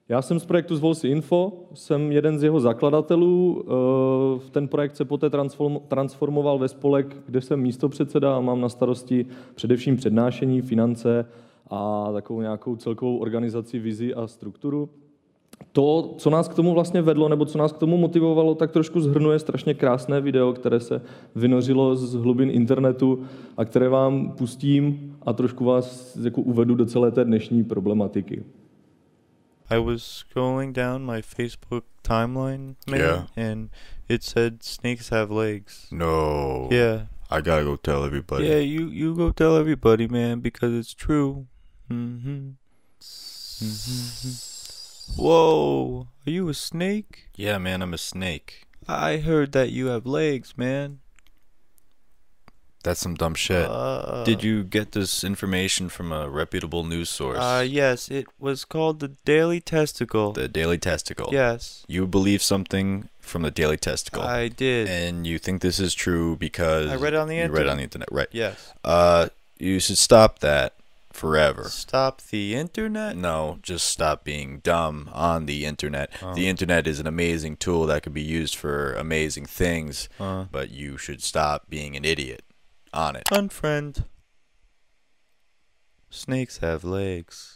Já jsem z projektu Zvol si info, jsem jeden z jeho zakladatelů. Ten projekt se poté transformoval ve spolek, kde jsem místopředseda a mám na starosti především přednášení, finance a takovou nějakou celkovou organizaci, vizi a strukturu. To, co nás k tomu vlastně vedlo, nebo co nás k tomu motivovalo, tak trošku shrnuje strašně krásné video, které se vynořilo z hlubin internetu a které vám pustím a trošku vás jako uvedu do celé té dnešní problematiky. I was scrolling down my Facebook timeline, man, Yeah. and it said snakes have legs. No. Yeah. I gotta go tell everybody. Yeah, you go tell everybody, man, because it's true. Mm-hmm. Whoa, are you a snake? Yeah, man, I'm a snake. I heard that you have legs, man. That's some dumb shit. Did you get this information from a reputable news source? Yes, it was called the Daily Testicle. The Daily Testicle. Yes. You believe something from the Daily Testicle. I did. And you think this is true because I read it on the you internet. read it on the internet, right? Yes. You should stop that forever. Stop the internet? No, just stop being dumb on the internet. The internet is an amazing tool that could be used for amazing things, but you should stop being an idiot on it. Unfriend. Snakes have legs.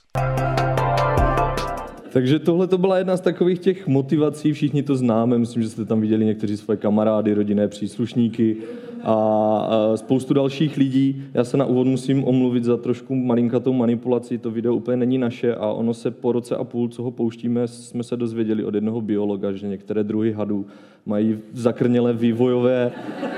Takže tohle to byla jedna z takových těch motivací, všichni to známe, myslím, že jste tam viděli někteří svoje kamarády, rodinné příslušníky a spoustu dalších lidí. Já se na úvod musím omluvit za trošku malinkatou manipulaci, to video úplně není naše a ono se po roce a půl, co ho pouštíme, jsme se dozvěděli od jednoho biologa, že některé druhy hadů mají zakrnělé vývojové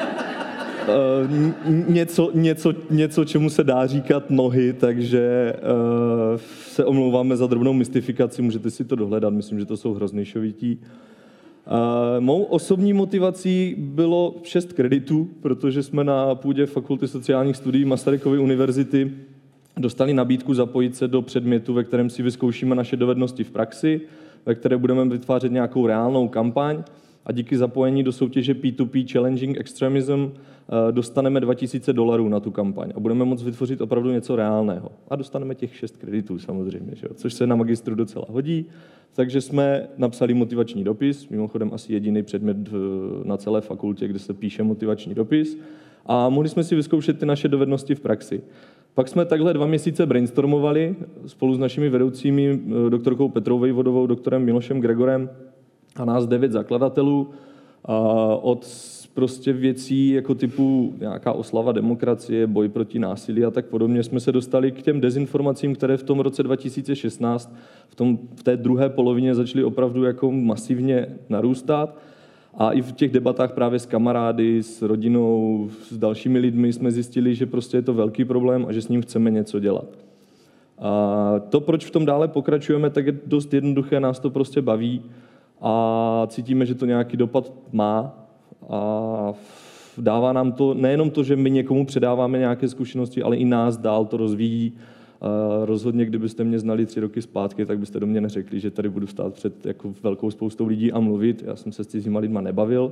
něco, čemu se dá říkat nohy, takže se omlouváme za drobnou mystifikaci, můžete si to dohledat, myslím, že to jsou hroznyšovití. Mou osobní motivací bylo 6 kreditů, protože jsme na půdě Fakulty sociálních studií Masarykovy univerzity dostali nabídku zapojit se do předmětu, ve kterém si vyzkoušíme naše dovednosti v praxi, ve které budeme vytvářet nějakou reálnou kampaň a díky zapojení do soutěže P2P Challenging Extremism dostaneme $2000 na tu kampaň a budeme moct vytvořit opravdu něco reálného. A dostaneme těch 6 kreditů samozřejmě, že jo? Což se na magistru docela hodí. Takže jsme napsali motivační dopis, mimochodem asi jediný předmět na celé fakultě, kde se píše motivační dopis. A mohli jsme si vyzkoušet ty naše dovednosti v praxi. Pak jsme takhle 2 měsíce brainstormovali spolu s našimi vedoucími, doktorkou Petrou Vejvodovou, doktorem Milošem Gregorem a nás 9 zakladatelů od prostě věcí jako typu nějaká oslava demokracie, boj proti násilí a tak podobně jsme se dostali k těm dezinformacím, které v tom roce 2016 v té druhé polovině začaly opravdu jako masivně narůstat. A i v těch debatách právě s kamarády, s rodinou, s dalšími lidmi jsme zjistili, že prostě je to velký problém a že s ním chceme něco dělat. A to, proč v tom dále pokračujeme, tak je dost jednoduché, nás to prostě baví a cítíme, že to nějaký dopad má a dává nám to nejenom to, že my někomu předáváme nějaké zkušenosti, ale i nás dál to rozvíjí. Rozhodně, kdybyste mě znali 3 roky zpátky, tak byste do mě neřekli, že tady budu stát před jako velkou spoustou lidí a mluvit. Já jsem se s cizíma lidma nebavil.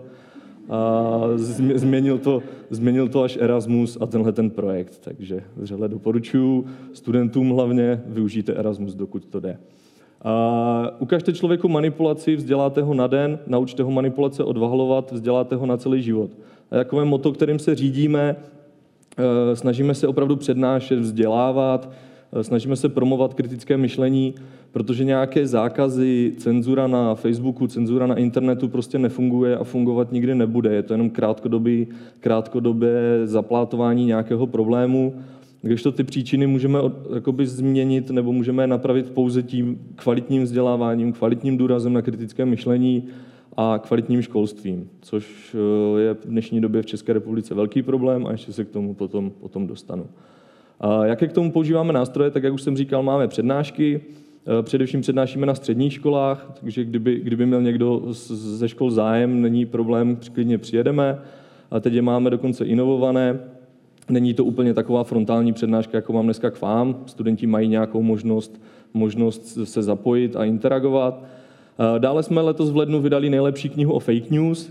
Změnil to až Erasmus a tenhle ten projekt. Takže vřele doporučuji studentům hlavně, využijte Erasmus, dokud to jde. Ukažte člověku manipulaci, vzděláte ho na den, naučte ho manipulace odvahlovat, vzděláte ho na celý život. A takové motto, kterým se řídíme, snažíme se opravdu přednášet, vzdělávat, snažíme se promovat kritické myšlení, protože nějaké zákazy, cenzura na Facebooku, cenzura na internetu prostě nefunguje a fungovat nikdy nebude. Je to jenom krátkodobé zaplátování nějakého problému, kdežto ty příčiny můžeme jakoby změnit nebo můžeme je napravit pouze tím kvalitním vzděláváním, kvalitním důrazem na kritické myšlení a kvalitním školstvím, což je v dnešní době v České republice velký problém a ještě se k tomu potom dostanu. Jaké k tomu používáme nástroje, tak jak už jsem říkal, máme přednášky, především přednášíme na středních školách, takže kdyby měl někdo ze škol zájem, není problém, klidně přijedeme. A teď je máme dokonce inovované. Není to úplně taková frontální přednáška, jako mám dneska k vám. Studenti mají nějakou možnost se zapojit a interagovat. Dále jsme letos v lednu vydali nejlepší knihu o fake news,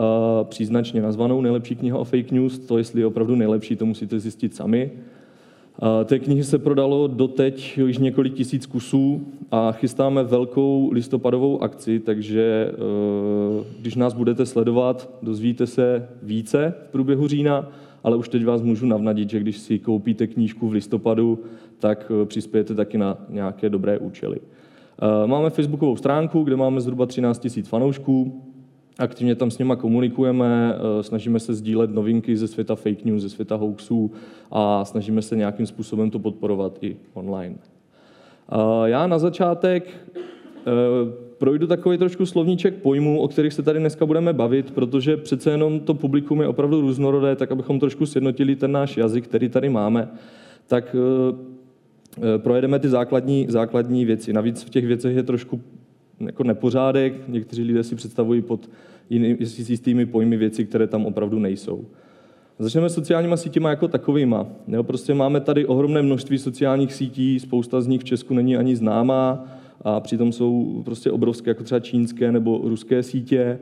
příznačně nazvanou nejlepší kniha o fake news. To, jestli je opravdu nejlepší, to musíte zjistit sami. Té knihy se prodalo doteď již několik tisíc kusů a chystáme velkou listopadovou akci, takže když nás budete sledovat, dozvíte se více v průběhu října, ale už teď vás můžu navnadit, že když si koupíte knížku v listopadu, tak přispějete taky na nějaké dobré účely. Máme facebookovou stránku, kde máme zhruba 13 000 fanoušků. Aktivně tam s nima komunikujeme, snažíme se sdílet novinky ze světa fake news, ze světa hoaxů a snažíme se nějakým způsobem to podporovat i online. Já na začátek projdu takový trošku slovníček pojmů, o kterých se tady dneska budeme bavit, protože přece jenom to publikum je opravdu různorodé, tak abychom trošku sjednotili ten náš jazyk, který tady máme, tak projedeme ty základní věci. Navíc v těch věcech je trošku jako nepořádek, někteří lidé si představují pod jistými pojmy věci, které tam opravdu nejsou. Začneme sociálníma sítěma jako takovýma. Prostě máme tady ohromné množství sociálních sítí, spousta z nich v Česku není ani známá a přitom jsou prostě obrovské, jako třeba čínské nebo ruské sítě.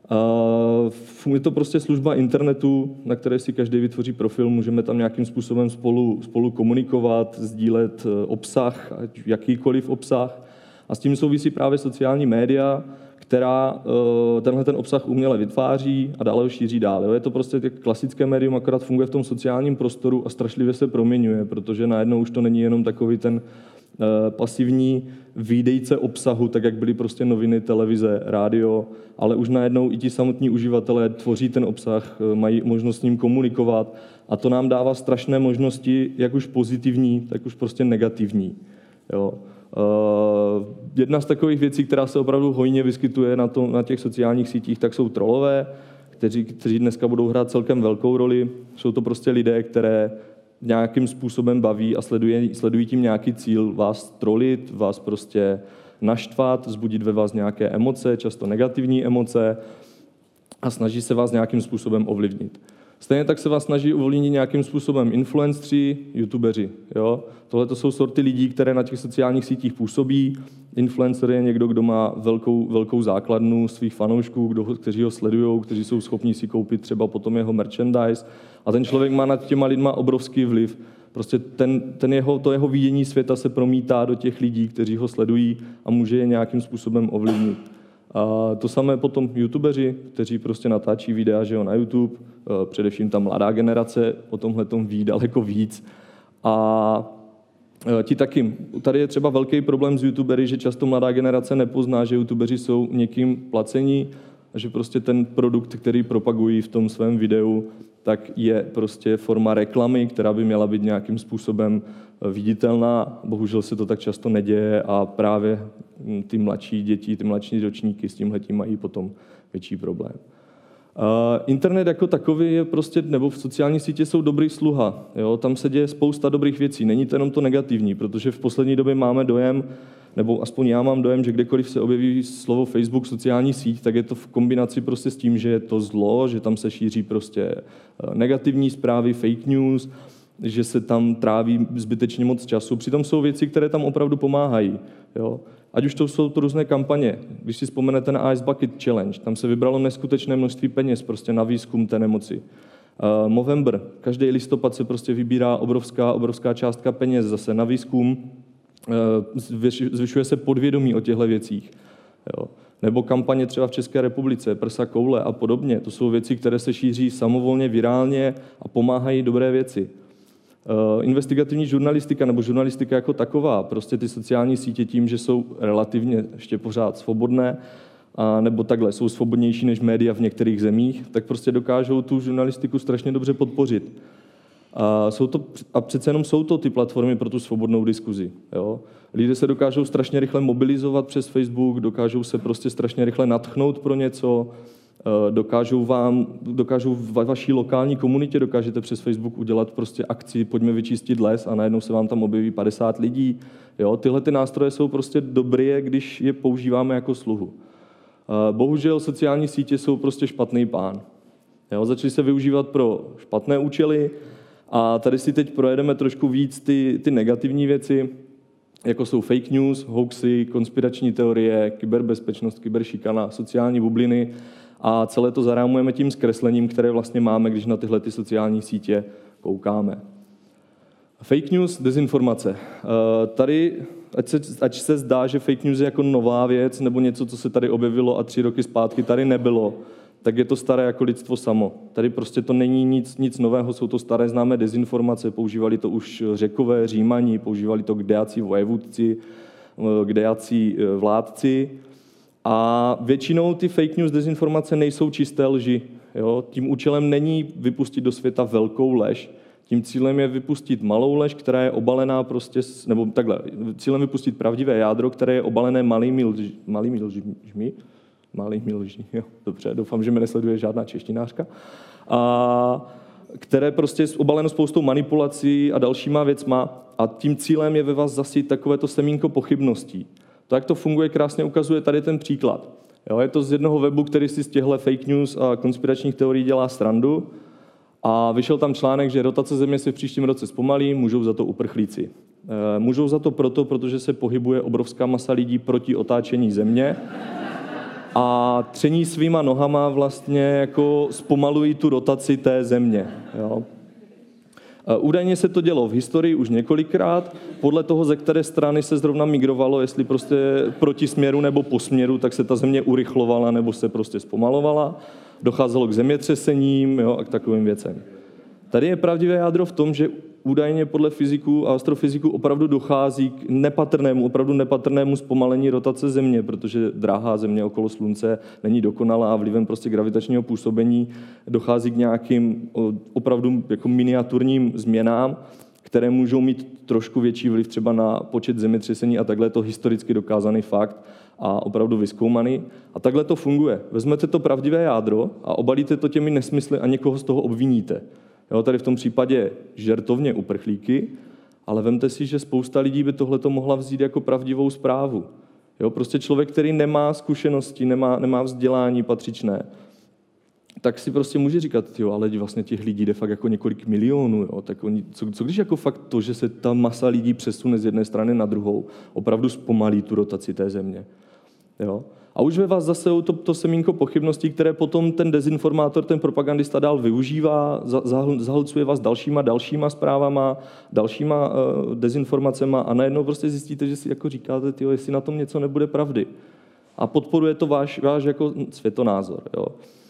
Je to prostě služba internetu, na které si každý vytvoří profil, můžeme tam nějakým způsobem spolu komunikovat, sdílet obsah, jakýkoliv obsah. A s tím souvisí právě sociální média, která tenhle ten obsah uměle vytváří a dále ho šíří dále. Je to prostě klasické médium, akorát funguje v tom sociálním prostoru a strašlivě se proměňuje, protože najednou už to není jenom takový ten pasivní výdejce obsahu, tak jak byly prostě noviny, televize, rádio, ale už najednou i ti samotní uživatelé tvoří ten obsah, mají možnost s ním komunikovat a to nám dává strašné možnosti, jak už pozitivní, tak už prostě negativní. Jo. Jedna z takových věcí, která se opravdu hojně vyskytuje na těch sociálních sítích, tak jsou trolové, kteří dneska budou hrát celkem velkou roli. Jsou to prostě lidé, které nějakým způsobem baví a sledují tím nějaký cíl, vás trolit, vás prostě naštvat, vzbudit ve vás nějaké emoce, často negativní emoce a snaží se vás nějakým způsobem ovlivnit. Stejně tak se vás snaží ovlivnit nějakým způsobem influenceři, youtubeři. Jo? Tohle to jsou sorty lidí, které na těch sociálních sítích působí. Influencer je někdo, kdo má velkou základnu svých fanoušků, kteří ho sledují, kteří jsou schopni si koupit třeba potom jeho merchandise. A ten člověk má nad těma lidma obrovský vliv. Prostě to jeho vidění světa se promítá do těch lidí, kteří ho sledují a může je nějakým způsobem ovlivnit. A to samé potom youtubeři, kteří prostě natáčí videa, že jo, na YouTube, především ta mladá generace o tomhletom ví daleko víc. A ti taky. Tady je třeba velký problém s youtubery, že často mladá generace nepozná, že youtubeři jsou někým placení a že prostě ten produkt, který propagují v tom svém videu, tak je prostě forma reklamy, která by měla být nějakým způsobem viditelná. Bohužel se to tak často neděje a právě ty mladší děti, ty mladší ročníky s tímhletím mají potom větší problém. Internet jako takový je prostě, nebo v sociální sítě jsou dobrý sluha. Jo? Tam se děje spousta dobrých věcí. Není to jenom to negativní, protože v poslední době máme dojem, nebo aspoň já mám dojem, že kdekoliv se objeví slovo Facebook, sociální síť, tak je to v kombinaci prostě s tím, že je to zlo, že tam se šíří prostě negativní zprávy, fake news, že se tam tráví zbytečně moc času. Přitom jsou věci, které tam opravdu pomáhají. Jo? Ať už to jsou to různé kampaně. Když si vzpomenete na Ice Bucket Challenge, tam se vybralo neskutečné množství peněz prostě na výzkum té nemoci. Movember, každý listopad se prostě vybírá obrovská částka peněz zase na výzkum. Zvyšuje se podvědomí o těchto věcích. Jo. Nebo kampaně třeba v České republice, prsa koule a podobně. To jsou věci, které se šíří samovolně, virálně a pomáhají dobré věci. Investigativní žurnalistika nebo žurnalistika jako taková, prostě ty sociální sítě tím, že jsou relativně ještě pořád svobodné, a nebo takhle, jsou svobodnější než média v některých zemích, tak prostě dokážou tu žurnalistiku strašně dobře podpořit. A přece jenom jsou to ty platformy pro tu svobodnou diskuzi. Jo? Lidé se dokážou strašně rychle mobilizovat přes Facebook, dokážou se prostě strašně rychle nadchnout pro něco, dokážou v vaší lokální komunitě, dokážete přes Facebook udělat prostě akci, pojďme vyčistit les a najednou se vám tam objeví 50 lidí. Jo? Tyhle ty nástroje jsou prostě dobré, když je používáme jako sluhu. Bohužel sociální sítě jsou prostě špatný pán. Jo? Začaly se využívat pro špatné účely a tady si teď projedeme trošku víc ty negativní věci, jako jsou fake news, hoaxy, konspirační teorie, kyberbezpečnost, kyberšikana, sociální bubliny a celé to zarámujeme tím zkreslením, které vlastně máme, když na tyhle ty sociální sítě koukáme. Fake news, dezinformace. Tady, ať se zdá, že fake news je jako nová věc, nebo něco, co se tady objevilo a 3 roky zpátky tady nebylo, tak je to staré jako lidstvo samo. Tady prostě to není nic nového, jsou to staré známé dezinformace, používali to už Řekové, Římani, používali to kdejací vojevůdci, kdejací vládci. A většinou ty fake news, dezinformace nejsou čisté lži. Jo? Tím účelem není vypustit do světa velkou lež, tím cílem je vypustit malou lež, která je obalená prostě, nebo takhle, cílem vypustit pravdivé jádro, které je obalené malými lžmi, jo, dobře, doufám, že mě nesleduje žádná češtinářka, a které prostě je obaleno spoustou manipulací a dalšíma věcma a tím cílem je ve vás zasít takovéto semínko pochybností. To, jak to funguje, krásně ukazuje tady ten příklad. Jo, je to z jednoho webu, který si z těchto fake news a konspiračních teorií dělá srandu a vyšel tam článek, že rotace Země se v příštím roce zpomalí, můžou za to uprchlíci. Můžou za to protože se pohybuje obrovská masa lidí proti otáčení Země a tření svýma nohama vlastně jako zpomalují tu rotaci té Země. Jo. Údajně se to dělo v historii už několikrát, podle toho, ze které strany se zrovna migrovalo, jestli prostě proti směru nebo po směru, tak se ta Země urychlovala nebo se prostě zpomalovala, docházelo k zemětřesením, jo, a k takovým věcem. Tady je pravdivé jádro v tom, že údajně podle fyziků a astrofyziků opravdu dochází k opravdu nepatrnému zpomalení rotace Země, protože dráha Země okolo Slunce není dokonalá a vlivem prostě gravitačního působení dochází k nějakým opravdu jako miniaturním změnám, které můžou mít trošku větší vliv třeba na počet zemětřesení a takhle je to historicky dokázaný fakt a opravdu vyzkoumaný. A takhle to funguje. Vezmete to pravdivé jádro a obalíte to těmi nesmysly a někoho z toho obviníte. Jo, tady v tom případě žertovně uprchlíky, ale vemte si, že spousta lidí by tohleto mohla vzít jako pravdivou zprávu. Jo, prostě člověk, který nemá zkušenosti, nemá vzdělání patřičné, tak si prostě může říkat, jo, ale vlastně těch lidí jde fakt jako několik milionů. Jo, tak oni, co když jako fakt to, že se ta masa lidí přesune z jedné strany na druhou, opravdu zpomalí tu rotaci té Země. Jo? A už ve vás zase to semínko pochybností, které potom ten dezinformátor, ten propagandista dál využívá, zahlcuje vás dalšíma zprávama, dalšíma dezinformacema a najednou prostě zjistíte, že si jako říkáte, tyjo, jestli na tom něco nebude pravdy. A podporuje to váš jako světonázor. Jo?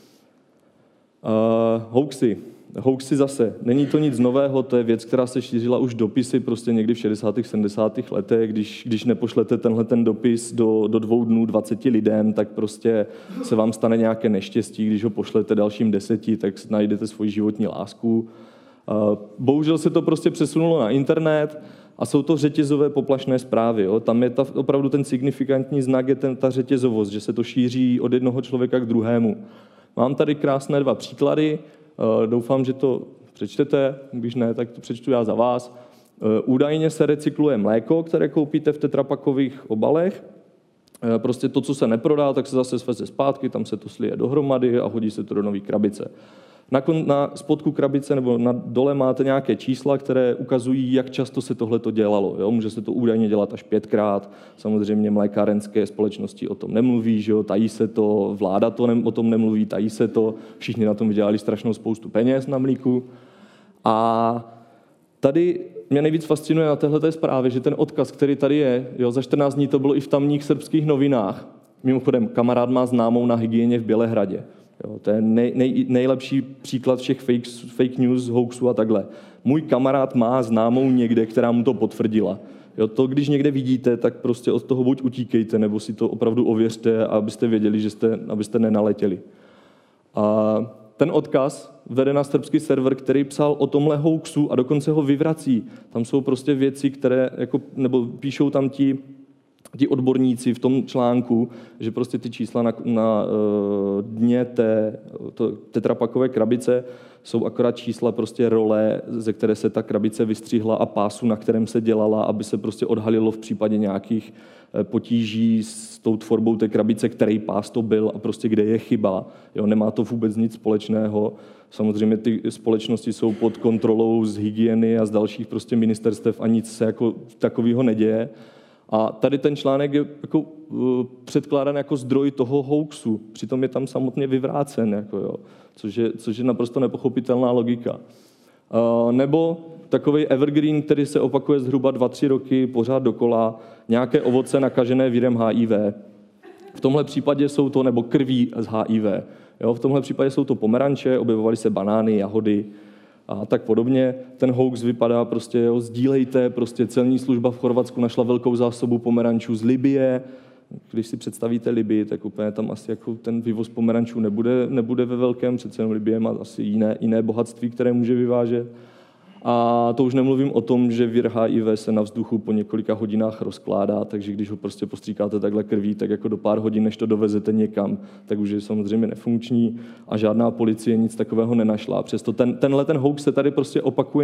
Hoaxy zase, není to nic nového, to je věc, která se šířila už dopisy prostě někdy v 60. 70. letech, když nepošlete ten dopis do 2 dnů 20 lidem, tak prostě se vám stane nějaké neštěstí, když ho pošlete dalším 10, tak najdete svoji životní lásku. Bohužel se to prostě přesunulo na internet a jsou to řetězové poplašné zprávy. Jo. Tam je opravdu ten signifikantní znak, je ta řetězovost, že se to šíří od jednoho člověka k druhému. Mám tady krásné 2 příklady. Doufám, že to přečtete, když ne, tak to přečtu já za vás. Údajně se recykluje mléko, které koupíte v tetrapakových obalech. Prostě to, co se neprodá, tak se zase sveze zpátky, tam se to slije dohromady a hodí se to do nové krabice. Na spodku krabice nebo na dole máte nějaké čísla, které ukazují, jak často se tohleto dělalo. Jo? Může se to údajně dělat až 5krát. Samozřejmě mlékárenské společnosti o tom nemluví, že jo? Tají se to, vláda o tom nemluví, tají se to. Všichni na tom vydělali strašnou spoustu peněz na mlíku. A tady mě nejvíc fascinuje na téhleté zprávě, že ten odkaz, který tady je, jo, za 14 dní to bylo i v tamních srbských novinách. Mimochodem, kamarád má známou na hygieně v Bělehradě. Jo, to je nejlepší příklad všech fake news, hoaxů a takhle. Můj kamarád má známou někde, která mu to potvrdila. Jo, to, když někde vidíte, tak prostě od toho buď utíkejte, nebo si to opravdu ověřte, abyste věděli, abyste nenaletěli. A ten odkaz vede na srbský server, který psal o tomhle hoaxu a dokonce ho vyvrací. Tam jsou prostě věci, které, nebo píšou tam ti odborníci v tom článku, že prostě ty čísla na dně té tetrapakové krabice jsou akorát čísla prostě role, ze které se ta krabice vystřihla a pásu, na kterém se dělala, aby se prostě odhalilo v případě nějakých potíží s tou tvorbou té krabice, který pás to byl a prostě kde je chyba. Jo, nemá to vůbec nic společného. Samozřejmě ty společnosti jsou pod kontrolou z hygieny a z dalších prostě ministerstev a nic se jako takového neděje. A tady ten článek je jako předkládán jako zdroj toho hoaxu, přitom je tam samotně vyvrácen, což je naprosto nepochopitelná logika. Nebo takový evergreen, který se opakuje zhruba 2-3 roky pořád dokola, nějaké ovoce nakažené virem HIV. V tomhle případě jsou to, nebo krví z HIV. Jo, v tomhle případě jsou to pomeranče, objevovaly se banány, jahody a tak podobně. Ten hoax vypadá prostě, jo, sdílejte, prostě celní služba v Chorvatsku našla velkou zásobu pomerančů z Libye. Když si představíte Libii, tak úplně tam asi jako ten vývoz pomerančů nebude ve velkém, přece jenom Libye má asi jiné bohatství, které může vyvážet. A to už nemluvím o tom, že vir HIV se na vzduchu po několika hodinách rozkládá, takže když ho prostě postříkáte takhle krví, tak jako do pár hodin, než to dovezete někam, tak už je samozřejmě nefunkční a žádná policie nic takového nenašla. Přesto tenhle hoax se tady prostě opakuje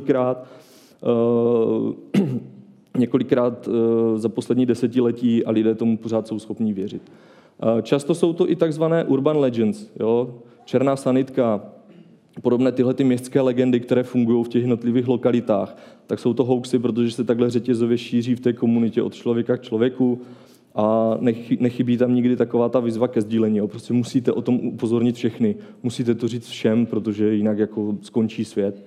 několikrát za poslední desetiletí a lidé tomu pořád jsou schopní věřit. Často jsou to i takzvané urban legends, jo? Černá sanitka, podobné tyhle ty městské legendy, které fungují v těch jednotlivých lokalitách, tak jsou to hoaxy, protože se takhle řetězově šíří v té komunitě od člověka k člověku a nechybí tam nikdy taková ta výzva ke sdílení. Jo? Prostě musíte o tom upozornit všechny, musíte to říct všem, protože jinak jako skončí svět.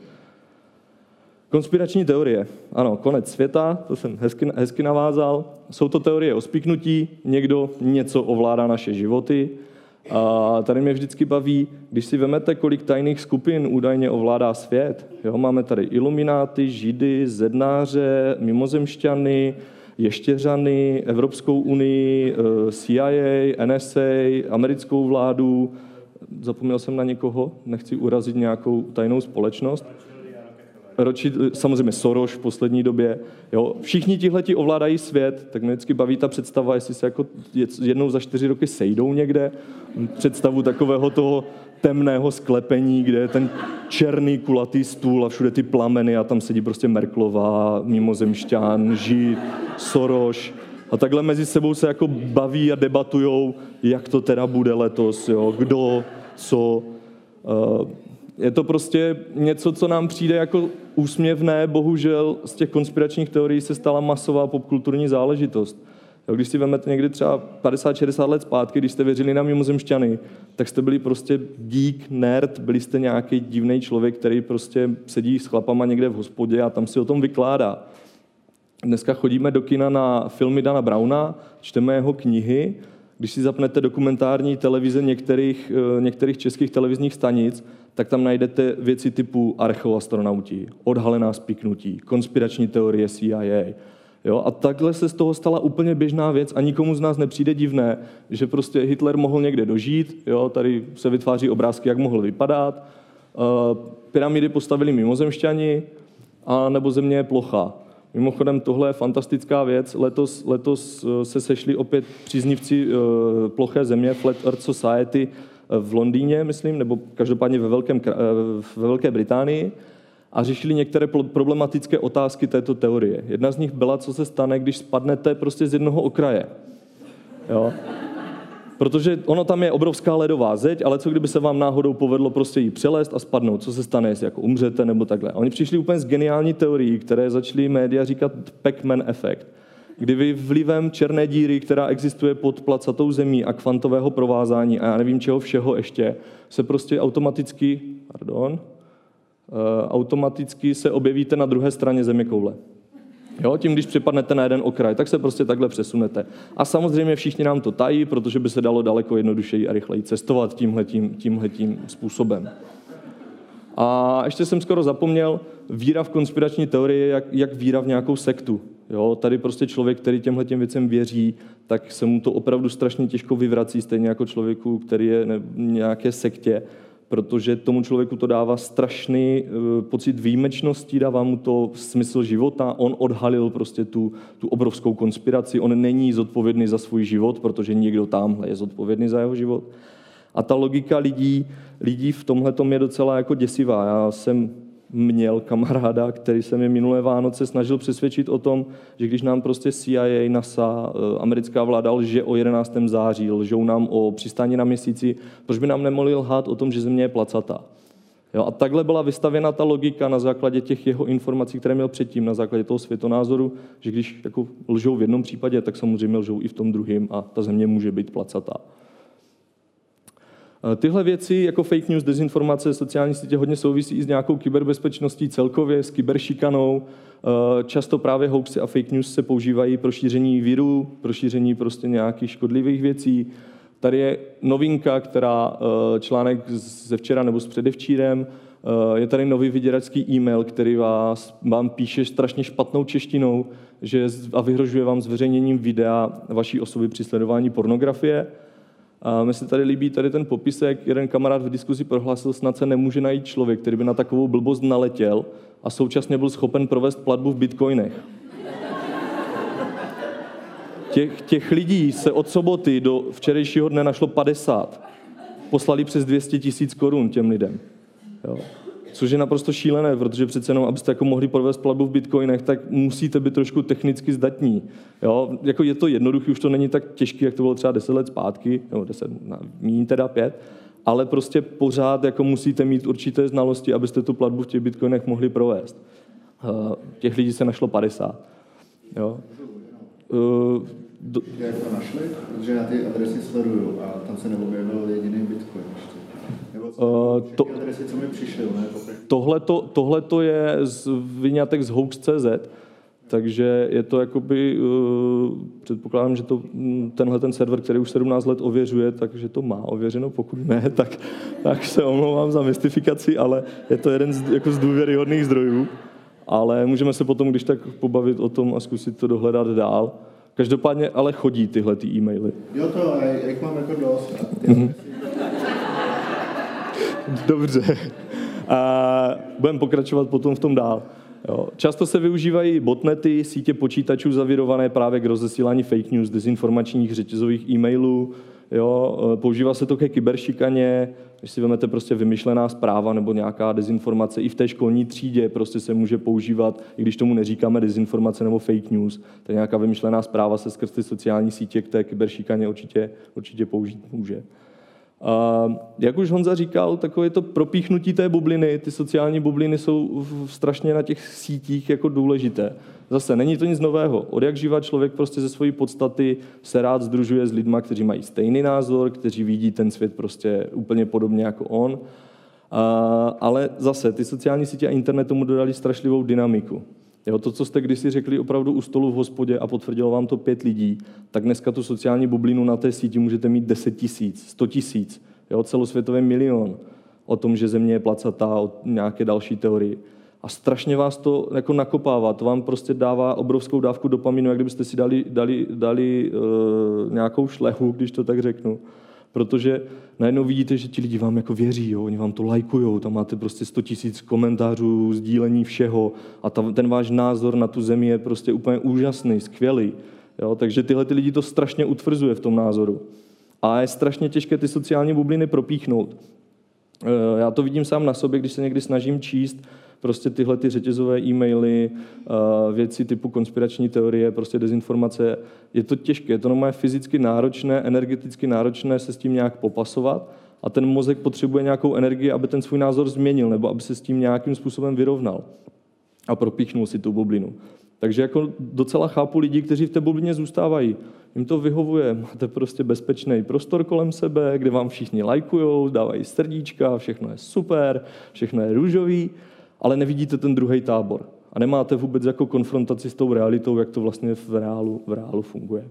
Konspirační teorie. Ano, konec světa, to jsem hezky navázal. Jsou to teorie o spiknutí, někdo něco ovládá naše životy. A tady mě vždycky baví, když si vemete, kolik tajných skupin údajně ovládá svět. Jo, máme tady ilumináty, židy, zednáře, mimozemšťany, ještěřany, Evropskou unii, CIA, NSA, americkou vládu. Zapomněl jsem na někoho, nechci urazit nějakou tajnou společnost. Samozřejmě Soros v poslední době. Jo. Všichni tihleti ovládají svět, tak mě vždycky baví ta představa, jestli se jako jednou za 4 roky sejdou někde. Představu takového toho temného sklepení, kde je ten černý kulatý stůl a všude ty plameny a tam sedí prostě Merkelová, mimozemšťan, Žid, Soros. A takhle mezi sebou se jako baví a debatujou, jak to teda bude letos, jo, kdo, co. Je to prostě něco, co nám přijde jako úsměvné, bohužel z těch konspiračních teorií se stala masová popkulturní záležitost. Když si vezmete někdy třeba 50-60 let zpátky, když jste věřili na mimozemšťany, tak jste byli prostě geek, nerd, byli jste nějaký divný člověk, který prostě sedí s chlapama někde v hospodě a tam si o tom vykládá. Dneska chodíme do kina na filmy Dana Browna, čteme jeho knihy. Když si zapnete dokumentární televize některých českých televizních stanic, tak tam najdete věci typu archeoastronauti, odhalená spiknutí, konspirační teorie CIA. Jo? A takhle se z toho stala úplně běžná věc a nikomu z nás nepřijde divné, že prostě Hitler mohl někde dožít, jo? Tady se vytváří obrázky, jak mohl vypadat, pyramidy postavili mimozemšťani, a nebo země je plochá. Mimochodem, tohle je fantastická věc. Letos se sešli opět příznivci ploché země, Flat Earth Society v Londýně, myslím, nebo každopádně ve Velké Británii a řešili některé problematické otázky této teorie. Jedna z nich byla, co se stane, když spadnete prostě z jednoho okraje. Jo? Protože ono tam je obrovská ledová zeď, ale co kdyby se vám náhodou povedlo prostě jí přelézt a spadnout? Co se stane, jestli jako umřete nebo takhle? A oni přišli úplně s geniální teorií, které začaly média říkat Pac-Man efekt, kdy vy vlivem černé díry, která existuje pod placatou zemí a kvantového provázání a já nevím čeho všeho ještě, se prostě automaticky se objevíte na druhé straně zeměkoule. Jo, tím, když připadnete na jeden okraj, tak se prostě takhle přesunete. A samozřejmě všichni nám to tají, protože by se dalo daleko jednodušeji a rychleji cestovat tímhletím způsobem. A ještě jsem skoro zapomněl, víra v konspirační teorie je jak víra v nějakou sektu. Jo, tady prostě člověk, který těmhletěm věcem věří, tak se mu to opravdu strašně těžko vyvrací, stejně jako člověku, který je v nějaké sektě, protože tomu člověku to dává strašný pocit výjimečnosti, dává mu to smysl života, on odhalil prostě tu obrovskou konspiraci, on není zodpovědný za svůj život, protože někdo tamhle je zodpovědný za jeho život. A ta logika lidí v tomhletom je docela jako děsivá. Já jsem měl kamaráda, který se mě minulé Vánoce snažil přesvědčit o tom, že když nám prostě CIA, NASA, americká vláda lže o 11. září, lžou nám o přistání na Měsíci, proč by nám nemohli lhát o tom, že Země je placatá. Jo, a takhle byla vystavěna ta logika na základě těch jeho informací, které měl předtím, na základě toho světonázoru, že když jako lžou v jednom případě, tak samozřejmě lžou i v tom druhém a ta Země může být placatá. Tyhle věci jako fake news, dezinformace, sociální sítě hodně souvisí i s nějakou kyberbezpečností celkově, s kyberšikanou. Často právě hoaxy a fake news se používají pro šíření virů, pro šíření prostě nějakých škodlivých věcí. Tady je novinka, článek ze včera nebo z předevčírem, je tady nový vyděračský e-mail, který vám píše strašně špatnou češtinou a vyhrožuje vám zveřejněním videa vaší osoby při sledování pornografie. A mně se tady líbí tady ten popisek. Jeden kamarád v diskuzi prohlásil, snad se nemůže najít člověk, který by na takovou blbost naletěl a současně byl schopen provést platbu v bitcoinech. Těch lidí se od soboty do včerejšího dne našlo 50. Poslali přes 200 000 korun těm lidem. Jo. Což je naprosto šílené, protože přece jenom, abyste jako mohli provést platbu v bitcoinech, tak musíte být trošku technicky zdatní. Jo. Jako je to jednoduché, už to není tak těžké, jak to bylo třeba 10 let zpátky, nebo 10, míň teda 5, ale prostě pořád jako musíte mít určité znalosti, abyste tu platbu v těch bitcoinech mohli provést. Těch lidí se našlo 50. Jo. Jak to našli? Protože já ty adresy sleduju a tam se neobjevil jediný bitcoin ještě. Nebo adresy, co mi přišly, ne? Tohleto je vyňatek z hoax.cz, takže je to jakoby, předpokládám, že tenhle ten server, který už 17 let ověřuje, takže to má ověřeno, pokud ne, tak se omlouvám za mystifikaci, ale je to jeden z důvěryhodných zdrojů. Ale můžeme se potom, když tak, pobavit o tom a zkusit to dohledat dál. Každopádně ale chodí tyhle ty e-maily. Jo to, jak mám jako dost. Dobře. Budeme pokračovat potom v tom dál. Jo. Často se využívají botnety, sítě počítačů zavírované právě k rozesílání fake news, dezinformačních řetězových e-mailů. Jo. Používá se to ke kyberšikaně, když si vezmete prostě vymyšlená zpráva nebo nějaká dezinformace, i v té školní třídě prostě se může používat, i když tomu neříkáme dezinformace nebo fake news, tak nějaká vymyšlená zpráva se skrz ty sociální sítě k té kyberšikaně určitě použít může. Jak už Honza říkal, takové to propíchnutí té bubliny, ty sociální bubliny jsou strašně na těch sítích jako důležité. Zase není to nic nového. Od jak živa člověk prostě ze své podstaty se rád sdružuje s lidma, kteří mají stejný názor, kteří vidí ten svět prostě úplně podobně jako on. Ale zase ty sociální sítě a internet tomu dodali strašlivou dynamiku. Jo, to, co jste kdysi řekli opravdu u stolu v hospodě a potvrdilo vám to 5 lidí, tak dneska tu sociální bublinu na té síti můžete mít 10 000, 100 000, celosvětový milion o tom, že Země je placatá, o nějaké další teorii. A strašně vás to jako nakopává, to vám prostě dává obrovskou dávku dopaminu, jak kdybyste si dali nějakou šlehu, když to tak řeknu. Protože najednou vidíte, že ti lidi vám jako věří, jo? Oni vám to lajkujou, tam máte prostě 100 000 komentářů, sdílení všeho a ten váš názor na tu zemi je prostě úplně úžasný, skvělý. Jo? Takže tyhle ty lidi to strašně utvrzuje v tom názoru. A je strašně těžké ty sociální bubliny propíchnout. Já to vidím sám na sobě, když se někdy snažím číst prostě tyhle ty řetězové e-maily, věci typu konspirační teorie, prostě dezinformace. Je to těžké, je to normálně fyzicky náročné, energeticky náročné se s tím nějak popasovat a ten mozek potřebuje nějakou energii, aby ten svůj názor změnil nebo aby se s tím nějakým způsobem vyrovnal a propíchnul si tu bublinu. Takže jako docela chápu lidi, kteří v té bublině zůstávají. Jim to vyhovuje, máte prostě bezpečný prostor kolem sebe, kde vám všichni lajkujou, dávají srdíčka, všechno je super, všechno je růžový, ale nevidíte ten druhý tábor. A nemáte vůbec jako konfrontaci s tou realitou, jak to vlastně v reálu funguje.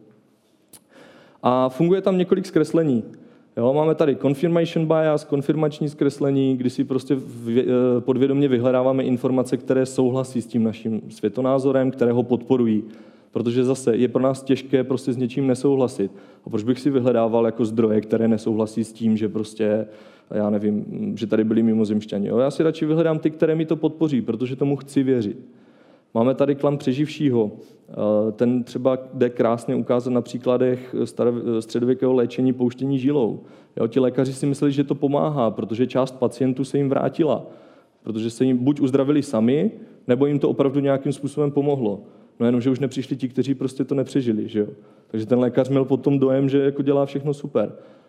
A funguje tam několik zkreslení. Jo, máme tady confirmation bias, konfirmační zkreslení, kdy si prostě podvědomě vyhledáváme informace, které souhlasí s tím naším světonázorem, které ho podporují. Protože zase je pro nás těžké prostě s něčím nesouhlasit. A proč bych si vyhledával jako zdroje, které nesouhlasí s tím, že prostě, já nevím, že tady byli mimozemšťani. Jo, já si radši vyhledám ty, které mi to podpoří, protože tomu chci věřit. Máme tady klan přeživšího. Ten třeba jde krásně ukázat na příkladech středověkého léčení pouštění žilou. Jo, ti lékaři si mysleli, že to pomáhá, protože část pacientů se jim vrátila. Protože se jim buď uzdravili sami, nebo jim to opravdu nějakým způsobem pomohlo. No jenom, že už nepřišli ti, kteří prostě to nepřežili. Že jo? Takže ten lékař měl potom dojem, že jako dělá všechno super.